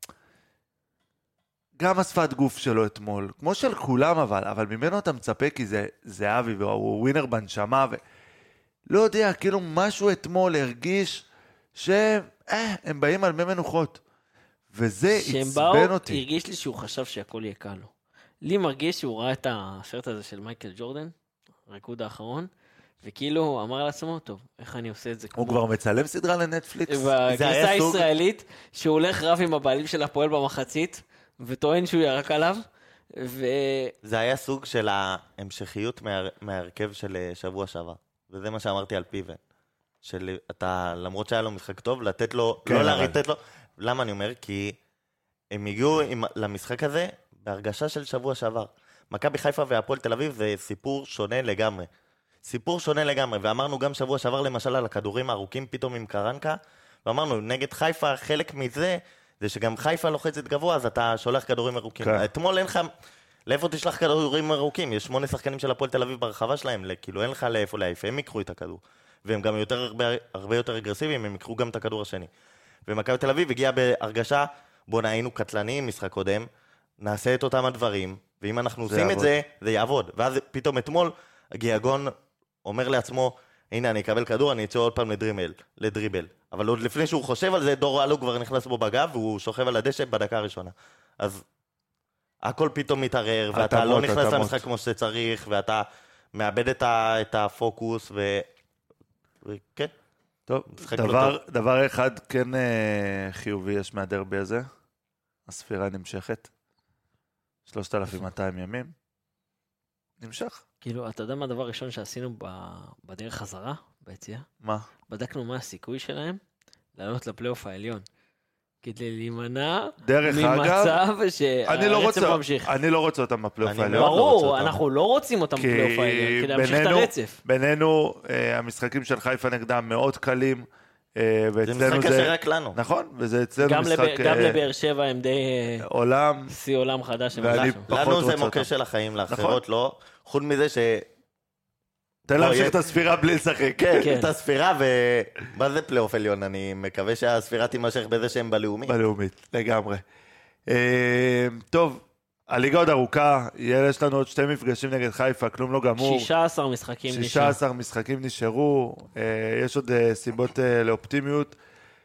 גם השפת גוף שלו אתמול, כמו של כולם אבל ממנו אתה מצפה כי זה זהבי והוא ווינר בנשמה לא יודע, כאילו משהו אתמול הרגיש שהם באים על מי מנוחות. וזה עצבן אותי. הרגיש לי שהוא חשב שהכל יהיה קל לו. לי מרגיש שהוא ראה את הסרט הזה של מייקל ג'ורדן, הריקוד האחרון, וכאילו אמר לעצמו, טוב, איך אני עושה את זה? הוא כבר מצלם סדרה לנטפליקס. בגרסה הישראלית, שהוא הולך רב עם הבעלים של הפועל במחצית, וטוען שהוא ירק עליו, זה היה סוג של ההמשכיות מהרכב של שבוע שעבר, וזה מה שאמרתי על פיבן. אתה, למרות שהיה לו משחק טוב, לתת לו, לא להריטט לו, למה אני אומר? כי הם הגיעו למשחק הזה בהרגשה של שבוע שעבר. מכבי חיפה והפועל תל אביב זה סיפור שונה לגמרי. ואמרנו גם שבוע שעבר למשל על הכדורים הארוכים פתאום עם קרנקה, ואמרנו נגד חיפה חלק מזה, זה שגם חיפה לוחצת גבוה, אז אתה שולח כדורים ארוכים. אתמול אין לך, לאיפה תשלח כדורים ארוכים? יש 8 שחקנים של הפועל תל אביב ברחבה שלהם, כאילו אין לך לאיפה להעיף, הם יקחו את הכדור. והם גם הרבה יותר אגרסיביים, הם יקחו גם את הכדור השני. ומכבי תל אביב הגיעה בהרגשה, בוא היינו קטלניים משחק קודם, נעשה את אותם הדברים, ואם אנחנו עושים את זה, זה יעבוד. ואז פתאום אתמול, גיאגון אומר לעצמו, הנה אני אקבל כדור, אני אצא עוד פעם לדריבל. אבל עוד לפני שהוא חושב על זה, דור אלו כבר נכנס בו בגב, והוא שוכב על הדשא בדקה הראשונה. אז הכל פתאום מתערער, ואתה לא נכנס למשחק כמו שצריך, ואתה מאבד את הפוקוס, וכן. טוב, דבר אחד כן חיובי יש מהדרבי הזה, הספירה נמשכת, 3,200 ימים, נמשך. כאילו, אתה יודע מה הדבר הראשון שעשינו בדרך חזרה, ביציאה? מה? בדקנו מה הסיכוי שלהם לעלות לפלייאוף העליון. כדי להימנע דרך אגב, ממצב אני לא שהרצף רוצה, ממשיך. אני לא רוצה אותם בפלייאוף אני העליון. מאוד לא רוצה ברור, אותם. אנחנו לא רוצים אותם בפלייאוף העליון, כדי להמשיך את הרצף. בינינו, המשחקים של חיפה נגדם מאוד קלים, זה ואצלנו משחק קשה רק לנו. נכון, וזה אצלנו גם משחק גם לבאר שבע הם די עולם, שיא עולם חדש. ואני שהם עשו. פחות לנו רוצה זה אותם. מוקש של החיים, לאחרות לא. חוץ מזה תן להמשיך יש- את הספירה בלי לשחק. כן. את הספירה, ומה זה פלייאוף עליון? אני מקווה שהספירה תימשך בזה שהם בלאומי. בלאומית, לגמרי. טוב, הליגה עוד ארוכה, יש לנו עוד 2 מפגשים נגד חיפה, כלום לא גמור. 16 משחקים נשאר. 16 משחקים נשארו, יש עוד סיבות לאופטימיות.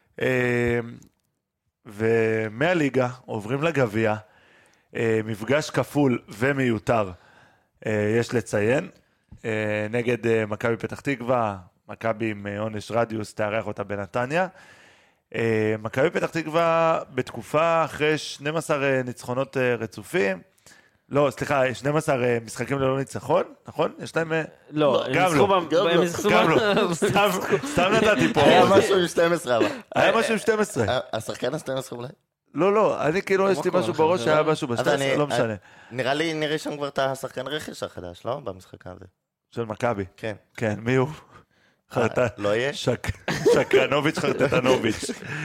ומהליגה עוברים לגביע, מפגש כפול ומיותר, יש לציין, נגד מכבי פתח תקווה, מכבי עם עונש רדיוס, תארח אותה בנתניה. מכבי פתח תקווה בתקופה אחרי 12 ניצחונות רצופים, לא, סליחה, 12 משחקים ללא ניצחון, נכון? יש להם... לא, גם לא. הם ניצחו גם לא, סתם נתתי פה. היה משהו עם 12 אבל. היה משהו עם 12. השחקן ה-12 אולי? לא, אני כאילו, יש לי משהו בראש שהיה משהו ב-12, לא משנה. נראה לי, נראה שם כבר את השחקן רכש החדש, לא? במשחק הזה. של מכבי. כן. כן, מי הוא? לא יהיה? שקרנוביץ' חרטטנוביץ'.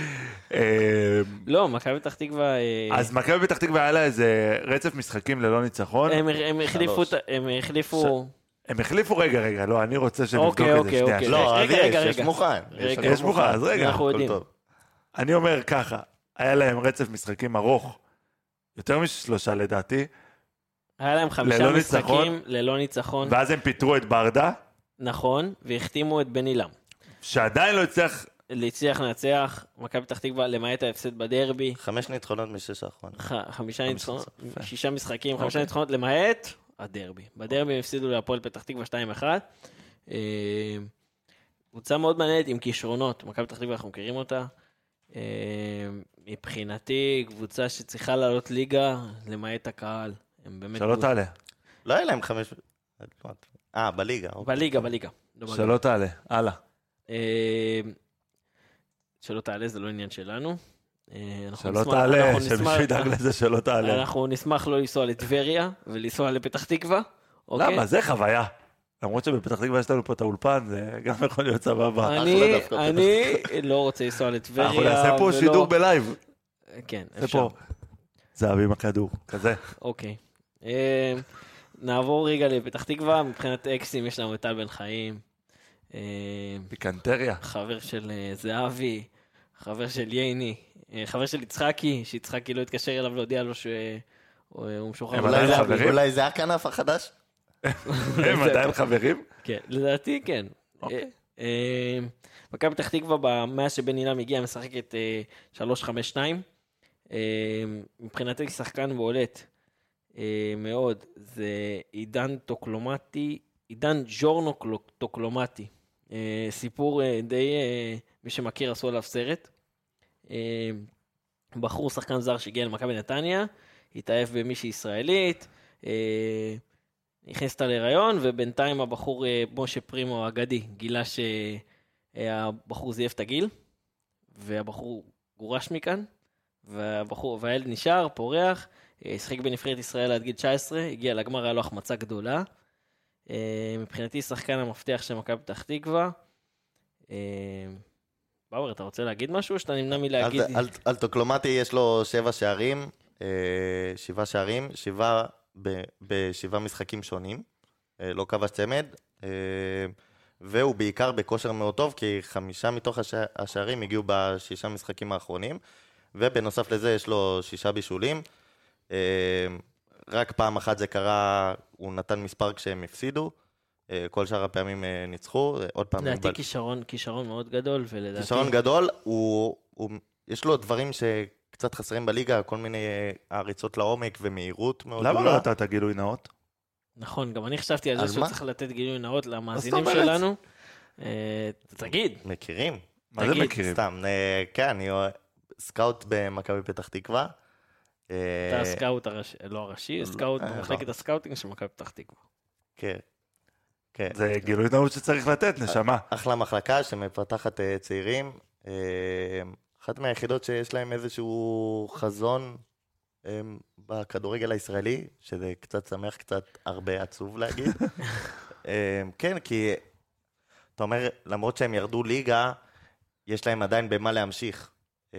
לא, מכבי פתח תקווה... אז מכבי פתח תקווה היה לה איזה רצף משחקים ללא ניצחון. הם החליפו... הם החליפו, רגע, לא, אני רוצה שנבדוק את זה אוקיי. שנייה. לא, אז רגע. יש מוכן. יש מוכן, אז רגע. אנחנו יודעים. אני אומר ככה, היה להם רצף משחקים ארוך, יותר מ3 לדעתי, היה להם 5 ללא משחקים ניצחון. ללא ניצחון, ואז הם פיטרו את ברדה, נכון, והחתימו את בן אילם. שעדיין לא הצליח, להצליח לנצח, מכבי פתח תקווה למעט ההפסד בדרבי, 5 ניצחונות מ6 האחרונים. 5 ניצחונות, יפה. 6 משחקים, 5 אוקיי. ניצחונות למעט הדרבי. בדרבי הם הפסידו להפועל פתח תקווה 2-1. קבוצה מאוד מעניינת עם כישרונות, מכבי פתח תקווה אנחנו מכירים אותה. מבחינתי, קבוצה שצריכה לעלות ליגה, למעט הקהל. הם באמת... שלא תעלה, לא היה להם 5... בליגה. אוקיי. בליגה. לא בליגה. שלא תעלה, הלאה. שלא תעלה, זה לא עניין שלנו. שלא תעלה, שמישהו ידאג לזה שלא תעלה. אנחנו נשמח לא לנסוע לטבריה ולנסוע לפתח תקווה. אוקיי? למה? זה חוויה. למרות שבפתח תקווה יש לנו פה את האולפן, זה גם יכול להיות סבבה. אני לא רוצה לנסוע לטבריה. אנחנו נעשה פה ולא- שידור בלייב. כן, זה אפשר. פה. זהב עם הכדור, כזה. אוקיי. נעבור רגע לפתח תקווה. מבחינת אקסים יש לנו את טל בן חיים. פיקנטריה. חבר של זהבי. חבר של ייני. חבר של יצחקי, שיצחקי לא התקשר אליו להודיע לו שהוא משוחרר. הם עדיין חברים? אולי זה הכנף החדש? הם עדיין חברים? כן, לדעתי כן. אוקיי. מכבי פתח תקווה במאה שבן אילם הגיע משחקת 3-5-2. מבחינתי שחקן בולט מאוד, זה עידן טוקלומטי, עידן ז'ורנו טוקלומטי. סיפור די, מי שמכיר עשו עליו סרט. בחור שחקן זר שהגיע למכבי נתניה, התאהב במישהי ישראלית, הכניס אותה להיריון, ובינתיים הבחור משה פרימו האגדי גילה שהבחור זייף את הגיל, והבחור גורש מכאן, והילד נשאר, פורח, שחק בנבחרת ישראל עד גיל 19, הגיע לגמר, היה לו החמצה גדולה. מבחינתי שחקן המפתח של מכבי פתח תקווה. באואר, אתה רוצה להגיד משהו או שאתה נמנע מלהגיד? על טוקלומטי יש לו 7 שערים, 7 ב7 משחקים שונים, לא כבש צמד, והוא בעיקר בכושר מאוד טוב, כי 5 מתוך השערים הגיעו ב6 משחקים האחרונים, ובנוסף לזה יש לו 6 בישולים. רק פעם אחת זה קרה, הוא נתן מספר כשהם הפסידו, כל שאר הפעמים ניצחו, עוד פעם... לדעתי כישרון מאוד גדול, ולדעתי... כישרון גדול, יש לו דברים שקצת חסרים בליגה, כל מיני הריצות לעומק ומהירות מאוד גדולה. למה לא נתת גילוי נאות? נכון, גם אני חשבתי על על זה שהוא מה? צריך לתת גילוי נאות למאזינים זאת אומרת? שלנו. תגיד. מכירים? מה זה תגיד, מכירים? סתם, כן, אני סקאוט במכבי פתח תקווה. אתה הסקאוט לא הראשי, סקאוט לא. במחלקת הסקאוטינג של מכבי פתח תקווה. כן. כן. זה גילוי נאות שצריך לתת, נשמה. אחלה מחלקה שמפתחת צעירים, אחת מהיחידות שיש להם איזשהו חזון בכדורגל הישראלי, שזה קצת שמח, קצת הרבה עצוב להגיד. כן, כי אתה אומר, למרות שהם ירדו ליגה, יש להם עדיין במה להמשיך.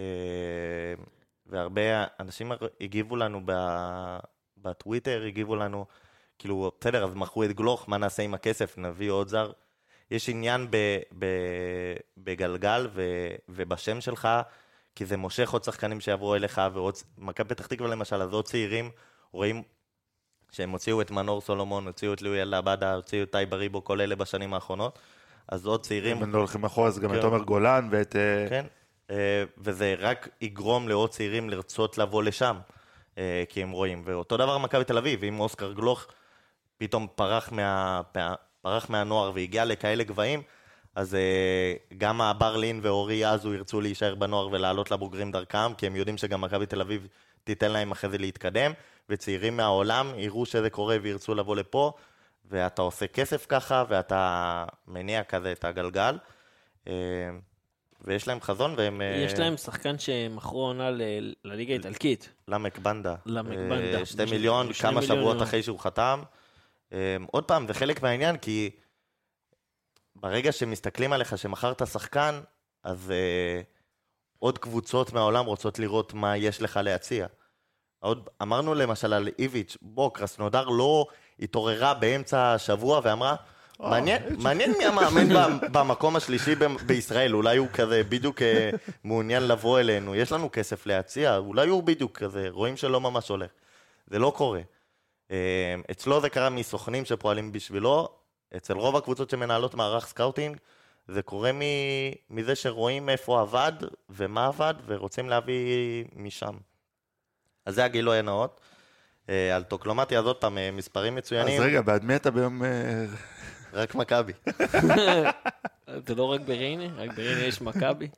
והרבה אנשים הגיבו לנו בטוויטר, הגיבו לנו, כאילו, בסדר, אז מכרו את גלוך, מה נעשה עם הכסף, נביא עוד זר. יש עניין בגלגל ובשם שלך, כי זה מושך עוד שחקנים שיעברו אליך, מכבי פתח תקווה למשל, אז עוד צעירים, רואים שהם הוציאו את מנור סולומון, הוציאו את לואי אלעבדה, הוציאו את טייב אריבו, כל אלה בשנים האחרונות, אז עוד צעירים... אם לא הולכים אחורה, אז גם את עומר גולן ואת... כן, וזה רק יגרום לעוד צעירים לרצות לבוא לשם, כי הם רואים. ואותו דבר מכבי תל אביב, אם אוסקר גלוך פתאום פרח מהנוער והגיע לכאלה גבהים, אז גם הברלין ואורי עזו ירצו להישאר בנוער ולעלות לבוגרים דרכם, כי הם יודעים שגם מכבי תל אביב תיתן להם אחרי זה להתקדם, וצעירים מהעולם יראו שזה קורה וירצו לבוא לפה, ואתה עושה כסף ככה, ואתה מניע כזה את הגלגל, ויש להם חזון, והם... יש להם שחקן שמכרו עונה לליגה האיטלקית. למק בנדה. 2 2 מיליון, כמה שבועות אחרי שהוא חתם. עוד פעם, זה חלק מהעניין, כי ברגע שמסתכלים עליך שמכרת שחקן, אז עוד קבוצות מהעולם רוצות לראות מה יש לך להציע. עוד אמרנו למשל על איביץ', קרסנודר לא התעוררה באמצע השבוע ואמרה, מעניין מי המאמן במקום השלישי בישראל, אולי הוא כזה בדיוק מעוניין לבוא אלינו, יש לנו כסף להציע, אולי הוא בדיוק כזה, רואים שלא ממש הולך. זה לא קורה. אצלו זה קרה מסוכנים שפועלים בשבילו, אצל רוב הקבוצות שמנהלות מערך סקאוטינג, זה קורה מזה שרואים איפה עבד ומה עבד, ורוצים להביא משם. אז זה הגילוי הנאות. על טוקלומטי, אז עוד פעם, מספרים מצוינים. אז רגע, בעד מי אתה ביום... רק מכבי. זה לא רק בריינה? רק בריינה יש מכבי?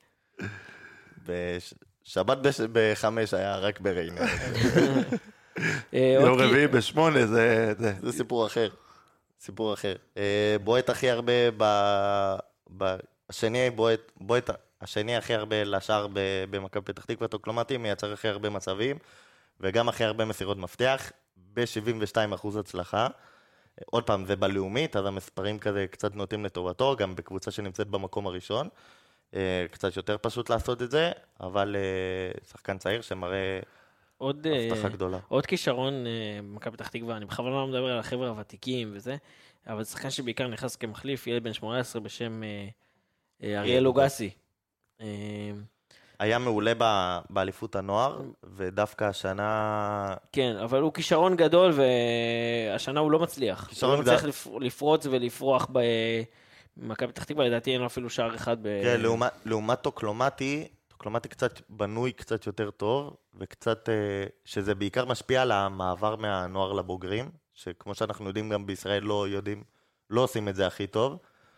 בשבת ב5 היה רק בריינה. יום רביעי ב8, זה סיפור אחר. סיפור אחר. בועט הכי הרבה השני הכי הרבה לשער במכבי פתח תקווה טוקלומטי, מייצר הכי הרבה מצבים, וגם הכי הרבה מסירות מפתח, ב-72% הצלחה. עוד פעם, זה בלאומית, אז המספרים כזה קצת נוטים לטובתו, גם בקבוצה שנמצאת במקום הראשון. קצת יותר פשוט לעשות את זה, אבל שחקן צעיר שמראה הבטחה גדולה. עוד כישרון במכבי פתח תקווה, אני בכוונה לא מדבר על החבר'ה הוותיקים וזה, אבל שחקן שבעיקר נכנס כמחליף, ילד בן 18 בשם אריאל לוגסי. היה מעולה באליפות הנוער, ודווקא השנה... כן, אבל הוא כישרון גדול, והשנה הוא לא מצליח. הוא לא מצליח לפרוץ ולפרוח במכבי פתח תקווה, לדעתי אין לו אפילו שער אחד כן, לעומת טוקלומטי, טוקלומטי קצת בנוי קצת יותר טוב, וקצת, שזה בעיקר משפיע על המעבר מהנוער לבוגרים, שכמו שאנחנו יודעים גם בישראל לא עושים את זה הכי טוב.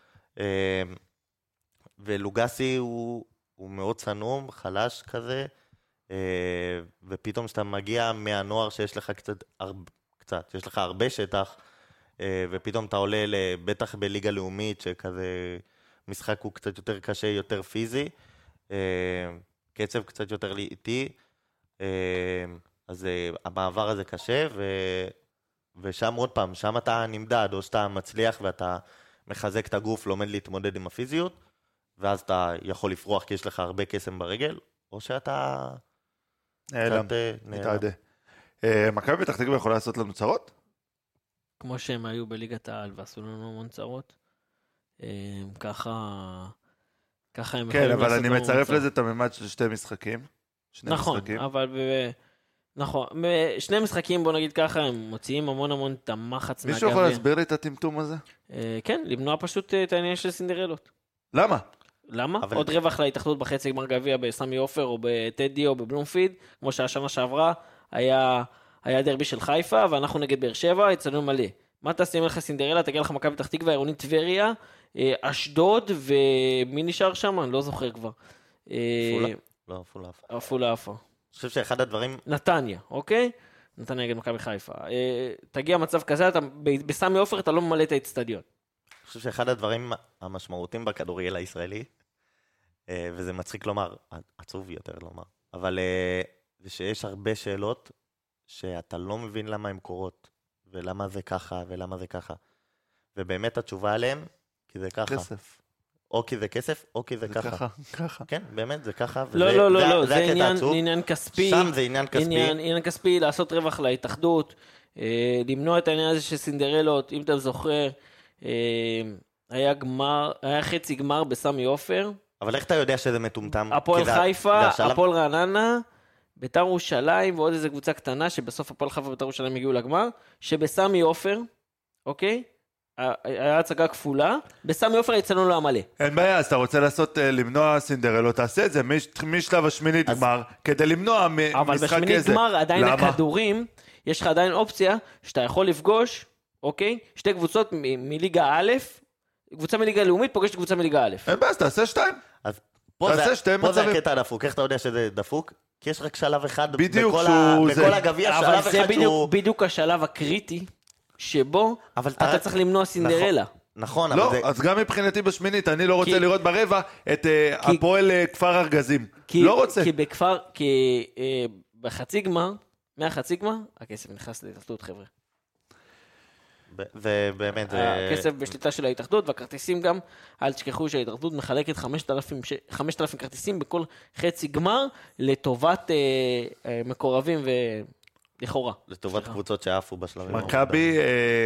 ולוגסי הוא מאוד צנום, חלש כזה, ופתאום שאתה מגיע מהנוער שיש לך יש לך הרבה שטח, ופתאום אתה עולה בטח בליגה לאומית, שכזה משחק הוא קצת יותר קשה, יותר פיזי, קצב קצת יותר איטי, אז המעבר הזה קשה, ושם עוד פעם, שם אתה נמדד, או שאתה מצליח ואתה מחזק את הגוף, לומד להתמודד עם הפיזיות, ואז אתה יכול לפרוח כי יש לך הרבה קסם ברגל, או שאתה... נעלם, מתעדה. מכבי פתח תקווה יכולה לעשות לנו צרות? כמו שהם היו בליגת העל ועשו לנו המון צרות. ככה הם יכולים לעשות לנו צרות. כן, אבל אני מצרף לזה את הממד של 2 משחקים. נכון, אבל נכון, 2 משחקים, בוא נגיד ככה, הם מוציאים המון את המחץ מהגביע. מישהו יכול להסביר לי את הטמטום הזה? כן, למנוע פשוט את העניין של סינדרלות. למה? למה? עוד רווח להתאחדות בחצי גמר גביע בסמי עופר או בטדי או בבלומפיד, כמו שהשנה שעברה היה דרבי של חיפה, ואנחנו נגד באר שבע, אצלנו מלא. מה תעשי לך סינדרלה? תגיע לך מכבי פתח תקווה, עירונית טבריה, אשדוד, ומי נשאר שם? אני לא זוכר כבר. אפולה עפה. אני חושב שאחד הדברים... נתניה, אוקיי? נתניה נגד מכבי חיפה. תגיע מצב כזה, בסמי עופר אתה לא ממלא את האצטדיון. אני חושב שאחד הדברים המשמעותיים בכדורגל הישראלי, וזה מצחיק לומר, עצוב יותר לומר, אבל זה שיש הרבה שאלות שאתה לא מבין למה הן קורות, ולמה זה ככה, ולמה זה ככה. ובאמת התשובה עליהן, כי זה ככה. כסף. או כי זה כסף, או כי זה זה ככה. ככה. כן, באמת, זה ככה. לא, זה הקטע העצוב. עניין כספי. שם זה עניין כספי. עניין כספי, לעשות רווח להתאחדות, למנוע את העניין הזה של סינדרלות, אם אתה זוכר, היה חצי גמר בסמי עופר, אבל איך אתה יודע שזה מטומטם? הפועל חיפה, הפועל רעננה, בית"ר ירושלים ועוד איזו קבוצה קטנה, שבסוף הפועל חיפה ובית"ר ירושלים הגיעו לגמר, שבסמי עופר, אוקיי? היה הצגה כפולה, בסמי עופר יצאנו לו המלא. אין בעיה, אז אתה רוצה למנוע סינדרלות, תעשה את זה משלב השמינית גמר, כדי למנוע משחק איזה. אבל בשמינית גמר עדיין הכדורים, יש לך עדיין אופציה, שאתה יכול לפגוש, אוקיי? שתי קבוצות מליגה א', קבוצה מליגה לאומית פוגשת קבוצה מליגה א'. אין בעיה, אז תעשה 2. אז פה זה הקטע הדפוק. איך אתה יודע שזה דפוק? כי יש רק שלב אחד בכל הגביע, שלב אחד שהוא... אבל זה בדיוק השלב הקריטי, שבו אתה צריך למנוע סינדרלה. נכון, אבל זה... לא, אז גם מבחינתי בשמינית, אני לא רוצה לראות ברבע את הפועל כפר ארגזים. לא רוצה. כי בחצי גמר, מהחצי גמר, הכסף נכנס להתאחדות, חבר'ה. ובאמת... הכסף בשליטה של ההתאחדות, והכרטיסים גם, אל תשכחו שההתאחדות מחלקת 5,000 כרטיסים בכל חצי גמר, לטובת מקורבים ולכאורה. לטובת קבוצות שעפו בשלבים. מכבי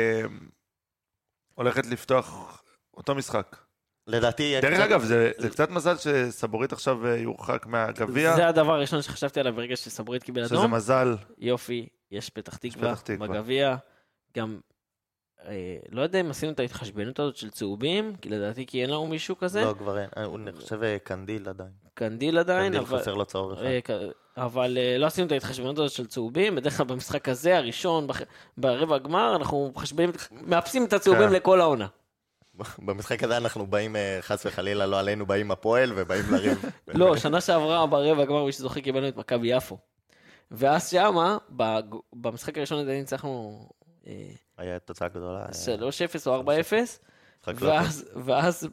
הולכת לפתוח אותו משחק. לדעתי... דרך אגב, זה קצת מזל שסבורית עכשיו יורחק מהגביע. זה הדבר הראשון שחשבתי עליו ברגע שסבורית קיבל אדום. שזה מזל. יופי, יש פתח תקווה בגביע. גם, לא יודע אם עשינו את ההתחשבנות הזאת של צהובים, כי לדעתי כי אין לנו מישהו כזה. לא, כבר אין. הוא נחשב קנדיל עדיין. קנדיל עדיין, קנדיל חסר לו צהוב אחד. אבל לא עשינו את ההתחשבנות הזאת של צהובים. בדרך כלל במשחק הזה, הראשון, ברבע הגמר, אנחנו מאפסים את הצהובים לכל העונה. במשחק הזה אנחנו באים, חס וחלילה, לא עלינו, באים הפועל ובאים לריב. לא, שנה שעברה ברבע הגמר, מי שזוכר, קיבלנו את מכבי יפו. ואז שמה, במשחק הראשון עדיין ניצחנו... היה תוצאה גדולה. 3-0 או 4-0. ואז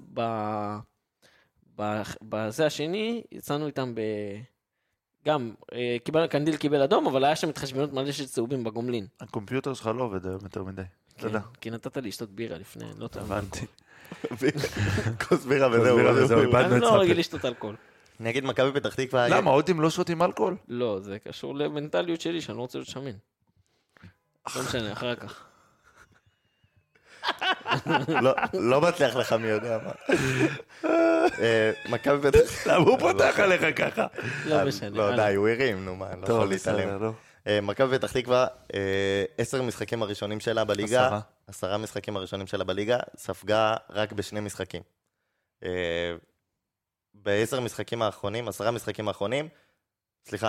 בזה השני, יצאנו איתם גם, קנדיל קיבל אדום, אבל היה שם התחשבנות מלא של צהובים בגומלין. הקומפיוטר שלך לא עובד היום יותר מדי. תודה. כי נתת לי לשתות בירה לפני, לא טוב. הבנתי. כוס בירה וזהו. אני לא רגיל לשתות אלכוהול. אני אגיד מכבי פתח תקווה... למה, הודים לא שותים אלכוהול? לא, זה קשור למנטליות שלי, שאני לא רוצה להיות שמן. לא משנה, אחר כך. לא מצליח לך מי יודע מה. מכבי פתח... למה הוא פותח עליך ככה? לא משנה. לא, די, הוא הרים, נו מה, אני לא יכול להתעלם. מכבי פתח תקווה, 10 משחקים הראשונים שלה בליגה, 10 משחקים הראשונים שלה בליגה, ספגה רק ב2 משחקים. ב10 משחקים האחרונים, 10 משחקים האחרונים, סליחה,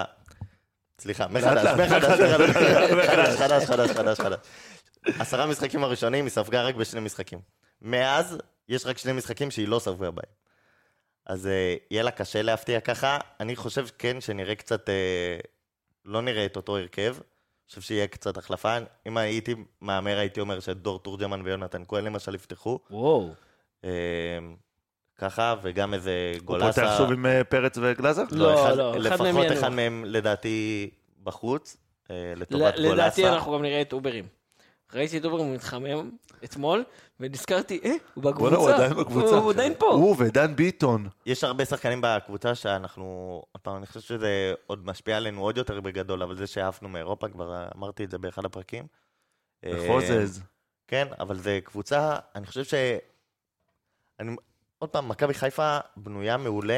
מחדש. 10 משחקים הראשונים היא ספגה רק ב2 משחקים. מאז יש רק 2 משחקים שהיא לא ספגה בהם. אז יהיה לה קשה להפתיע ככה. אני חושב כן שנראה קצת, לא נראה את אותו הרכב. אני חושב שיהיה קצת החלפה. אם הייתי מאמר הייתי אומר שדור תורג'מן ויונתן כהן למשל יפתחו. וואו. ככה, וגם איזה גולסה. הוא פותח שוב עם פרץ וגלאזר? לא, לפחות אחד מהם לדעתי בחוץ, לטובת גולסה. לדעתי אנחנו גם נראה את אוברים. ראיתי את אוברים מתחמם אתמול, ונזכרתי, הוא בקבוצה. הוא עדיין בקבוצה. הוא עדיין פה. הוא ודן ביטון. יש הרבה שחקנים בקבוצה שאנחנו, אני חושב שזה עוד משפיע עלינו עוד יותר בגדול, אבל זה שאהפנו מאירופה, כבר אמרתי את זה באחד הפרקים. חוזז. כן, אבל זה קבוצה, אני חושב עוד פעם, מכבי חיפה בנויה מעולה,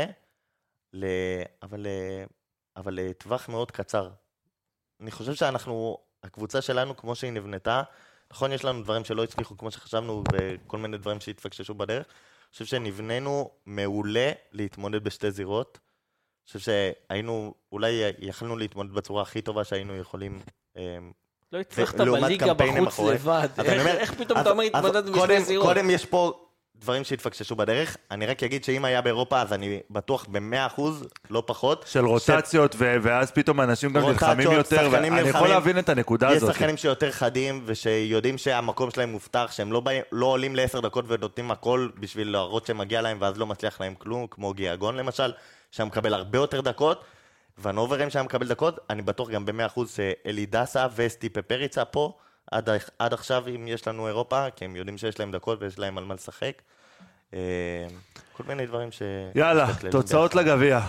אבל לטווח מאוד קצר. אני חושב שאנחנו, הקבוצה שלנו, כמו שהיא נבנתה, נכון, יש לנו דברים שלא הצליחו כמו שחשבנו, וכל מיני דברים שהתפקששו בדרך. אני חושב שנבננו מעולה להתמודד בשתי זירות. אני חושב שהיינו, אולי יכלנו להתמודד בצורה הכי טובה שהיינו יכולים... לא הצלחת בליגה בחוץ לבד. איך פתאום אתה אומר התמודד בשתי זירות? קודם יש פה דברים שהתפקששו בדרך. אני רק אגיד שאם היה באירופה, אז אני בטוח ב100%, לא פחות. של רוטציות, ואז פתאום אנשים גם נלחמים יותר, ואני יכול להבין את הנקודה הזאת. יש שחקנים שיותר חדים, ושיודעים שהמקום שלהם מובטח, שהם לא עולים ל10 דקות ונותנים הכל בשביל להראות שמגיע להם, ואז לא מצליח להם כלום, כמו גיאגון למשל, שהם מקבל הרבה יותר דקות, והנוברים שהם מקבל דקות, אני בטוח גם ב100% שאלי דסה וסטיפה פריצה פה, עד עכשיו אם יש לנו אירופה, כי הם יודעים שיש להם דקות ויש להם על מה לשחק. כל מיני דברים ש... יאללה, תוצאות לגביע.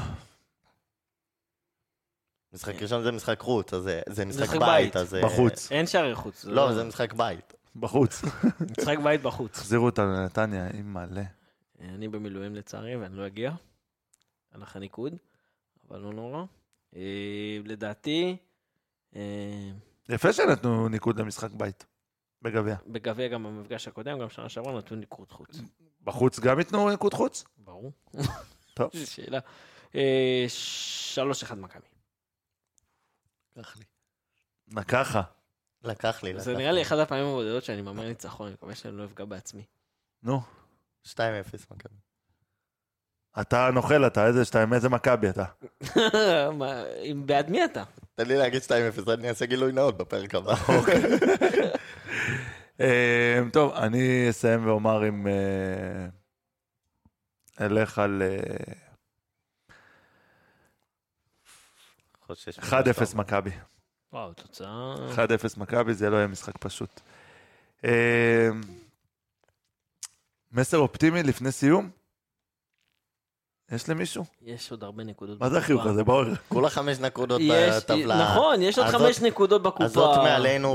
משחק ראשון זה משחק חוץ, אז זה משחק בית. בחוץ. אין שערי חוץ. לא, זה משחק בית. בחוץ. משחק בית בחוץ. תחזירו אותנו לנתניה, אם מלא. אני במילואים לצערי, ואני לא אגיע. הלך הניקוד, אבל לא נורא. לדעתי... יפה שנתנו ניקוד למשחק בית. בגביע. בגביע גם במפגש הקודם, גם שנה שעברה נתנו ניקוד חוץ. בחוץ גם ייתנו ניקוד חוץ? ברור. טוב. זו שאלה. 3-1 מכבי. לקח לי. זה נראה לי אחד הפעמים הבודדות שאני מאמר ניצחון, אני מקווה שאני לא אפגע בעצמי. נו. 2-0 מכבי. אתה נוכל, אתה איזה מכבי אתה. בעד מי אתה? תן לי להגיד 2-0, אני אעשה גילוי נאות בפרק הבא. טוב, אני אסיים ואומר אם אלך על 1-0 מכבי. וואו, תוצאה... 1-0 מכבי, זה לא יהיה משחק פשוט. מסר אופטימי לפני סיום? יש למישהו? יש עוד הרבה נקודות. מה זה החיוך הזה? בואו. כולה 5 נקודות בטבלה. נכון, יש עוד 5 נקודות בקופה. הזאת מעלינו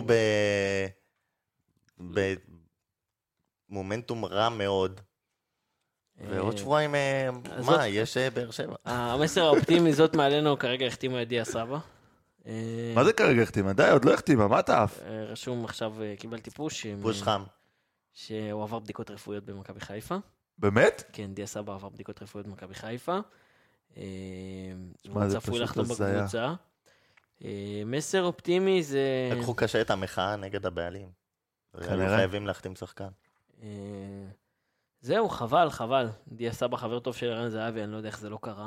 במומנטום רע מאוד. ועוד שבועיים, מה, יש באר שבע. המסר האופטימי זאת מעלינו, כרגע החתימה את דיה סבא. מה זה כרגע החתימה? די, עוד לא החתימה, מה אתה אף? רשום עכשיו, קיבלתי פוש. פוש חם. שהוא עבר בדיקות רפואיות במכבי חיפה. באמת? כן, דיה סבא עבר בדיקות רפואיות במכבי חיפה. מה, הוא זה צפוי פשוט לחתום הזיה. בקבוצה. מסר אופטימי זה... לקחו קשה את המחאה נגד הבעלים. כנראה. היו חייבים להחתים שחקן. זהו, חבל. דיה סבא חבר טוב של ערן זהבי, אני לא יודע איך זה לא קרה.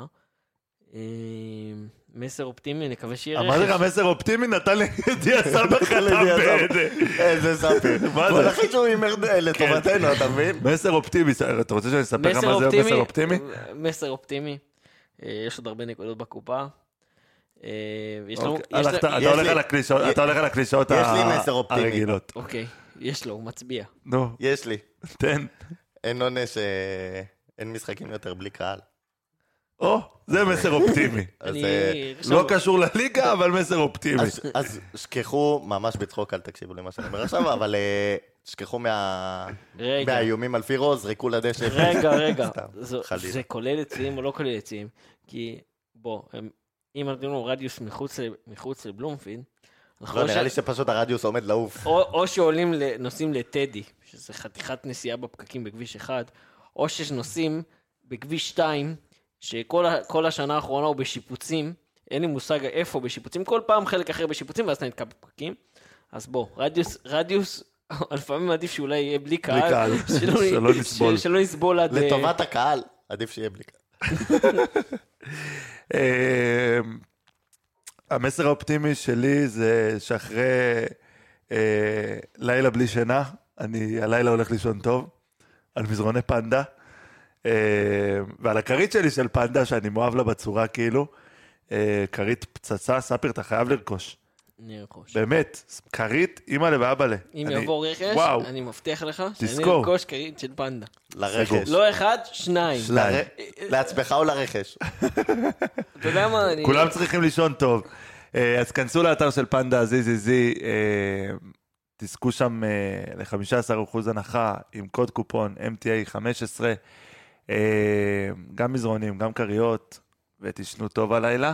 מסר אופטימי, נקווה שיהיה רכש. אמרתי לך מסר אופטימי, נתן לי דיה סבא חתם איזה ספיר. מה בוא זה? נחליט שהוא הימר לטובתנו, אתה מבין? מסר אופטימי, אתה רוצה שאני אספר לך מה זה מסר אופטימי? מסר אופטימי. יש עוד הרבה נקודות בקופה. יש לנו... אתה הולך על הקלישאות יש לי מסר אופטימי. הרגילות. אוקיי, יש לו, הוא מצביע. נו, יש לי. תן. אין עונש, אין משחקים יותר בלי קהל. זה מסר אופטימי. אז לא קשור לליגה, אבל מסר אופטימי. אז שכחו, ממש בצחוק, אל תקשיבו למה שאני אומר עכשיו, אבל שכחו מהאיומים על פירו, זריקו לדשא. רגע, סתם, חלילה. זה כולל יציאים או לא כולל יציאים? כי בוא, אם נתנו לו רדיוס מחוץ לבלומפילד, לא, נראה לי שפשוט הרדיוס עומד לעוף. או שעולים נוסעים לטדי, שזה חתיכת נסיעה בפקקים בכביש 1, או שנוסעים בכביש 2, שכל השנה האחרונה הוא בשיפוצים, אין לי מושג איפה בשיפוצים, כל פעם חלק אחר בשיפוצים, ואז אתה נתקע בפקקים. אז בוא, רדיוס, לפעמים עדיף שאולי יהיה בלי קהל, שלא נסבול עד... לטובת הקהל, עדיף שיהיה בלי קהל. המסר האופטימי שלי זה שאחרי לילה בלי שינה, אני הלילה הולך לישון טוב, על מזרוני פנדה, ועל הכרית שלי של פנדה, שאני מואב לה בצורה כאילו, כרית פצצה, ספיר, אתה חייב לרכוש. אני ארכוש. באמת, כרית, אימא לב ואבא לה. אם יבוא רכש, אני מבטיח לך שאני ארכוש כרית של פנדה. לרכש. לא אחד, 2. לעצמך או לרכש. אתה יודע מה, אני... כולם צריכים לישון טוב. אז כנסו לאתר של פנדה, זי, תזכו שם ל-15% הנחה עם קוד קופון MTA 15, גם מזרונים, גם קריות, ותשנו טוב הלילה.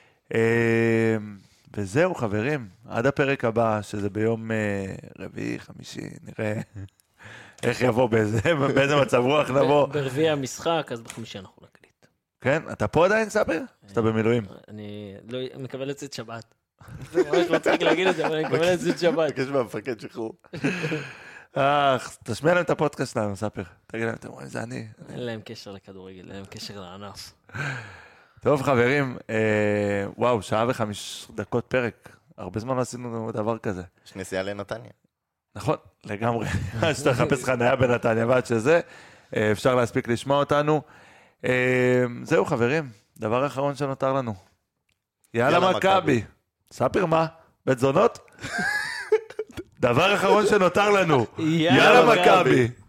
וזהו חברים, עד הפרק הבא, שזה ביום רביעי, חמישי, נראה איך יבוא, באיזה מצב רוח נבוא. ברביעי המשחק, אז בחמישי אנחנו נקליט. כן, אתה פה עדיין ספיר? שאתה במילואים? אני לא מקווה לצאת שבת. זה ממש מצחיק להגיד את זה, אבל אני מקווה לצאת שבת. תקש מהמפקד שחרור. תשמיע להם את הפודקאסט שלנו, ספר. תגיד להם, אתם רואים, זה אני. אין להם קשר לכדורגל, אין להם קשר לענף. טוב, חברים, וואו, 1:05 פרק. הרבה זמן לא עשינו דבר כזה. יש נסיעה לנתניה. נכון, לגמרי. שאתה מחפש חניה בנתניה, ועד שזה, אפשר להספיק לשמוע אותנו. זהו, חברים, דבר אחרון שנותר לנו. יאללה מכבי. ספר מה? בית זונות? דבר אחרון שנותר לנו. יאללה מכבי.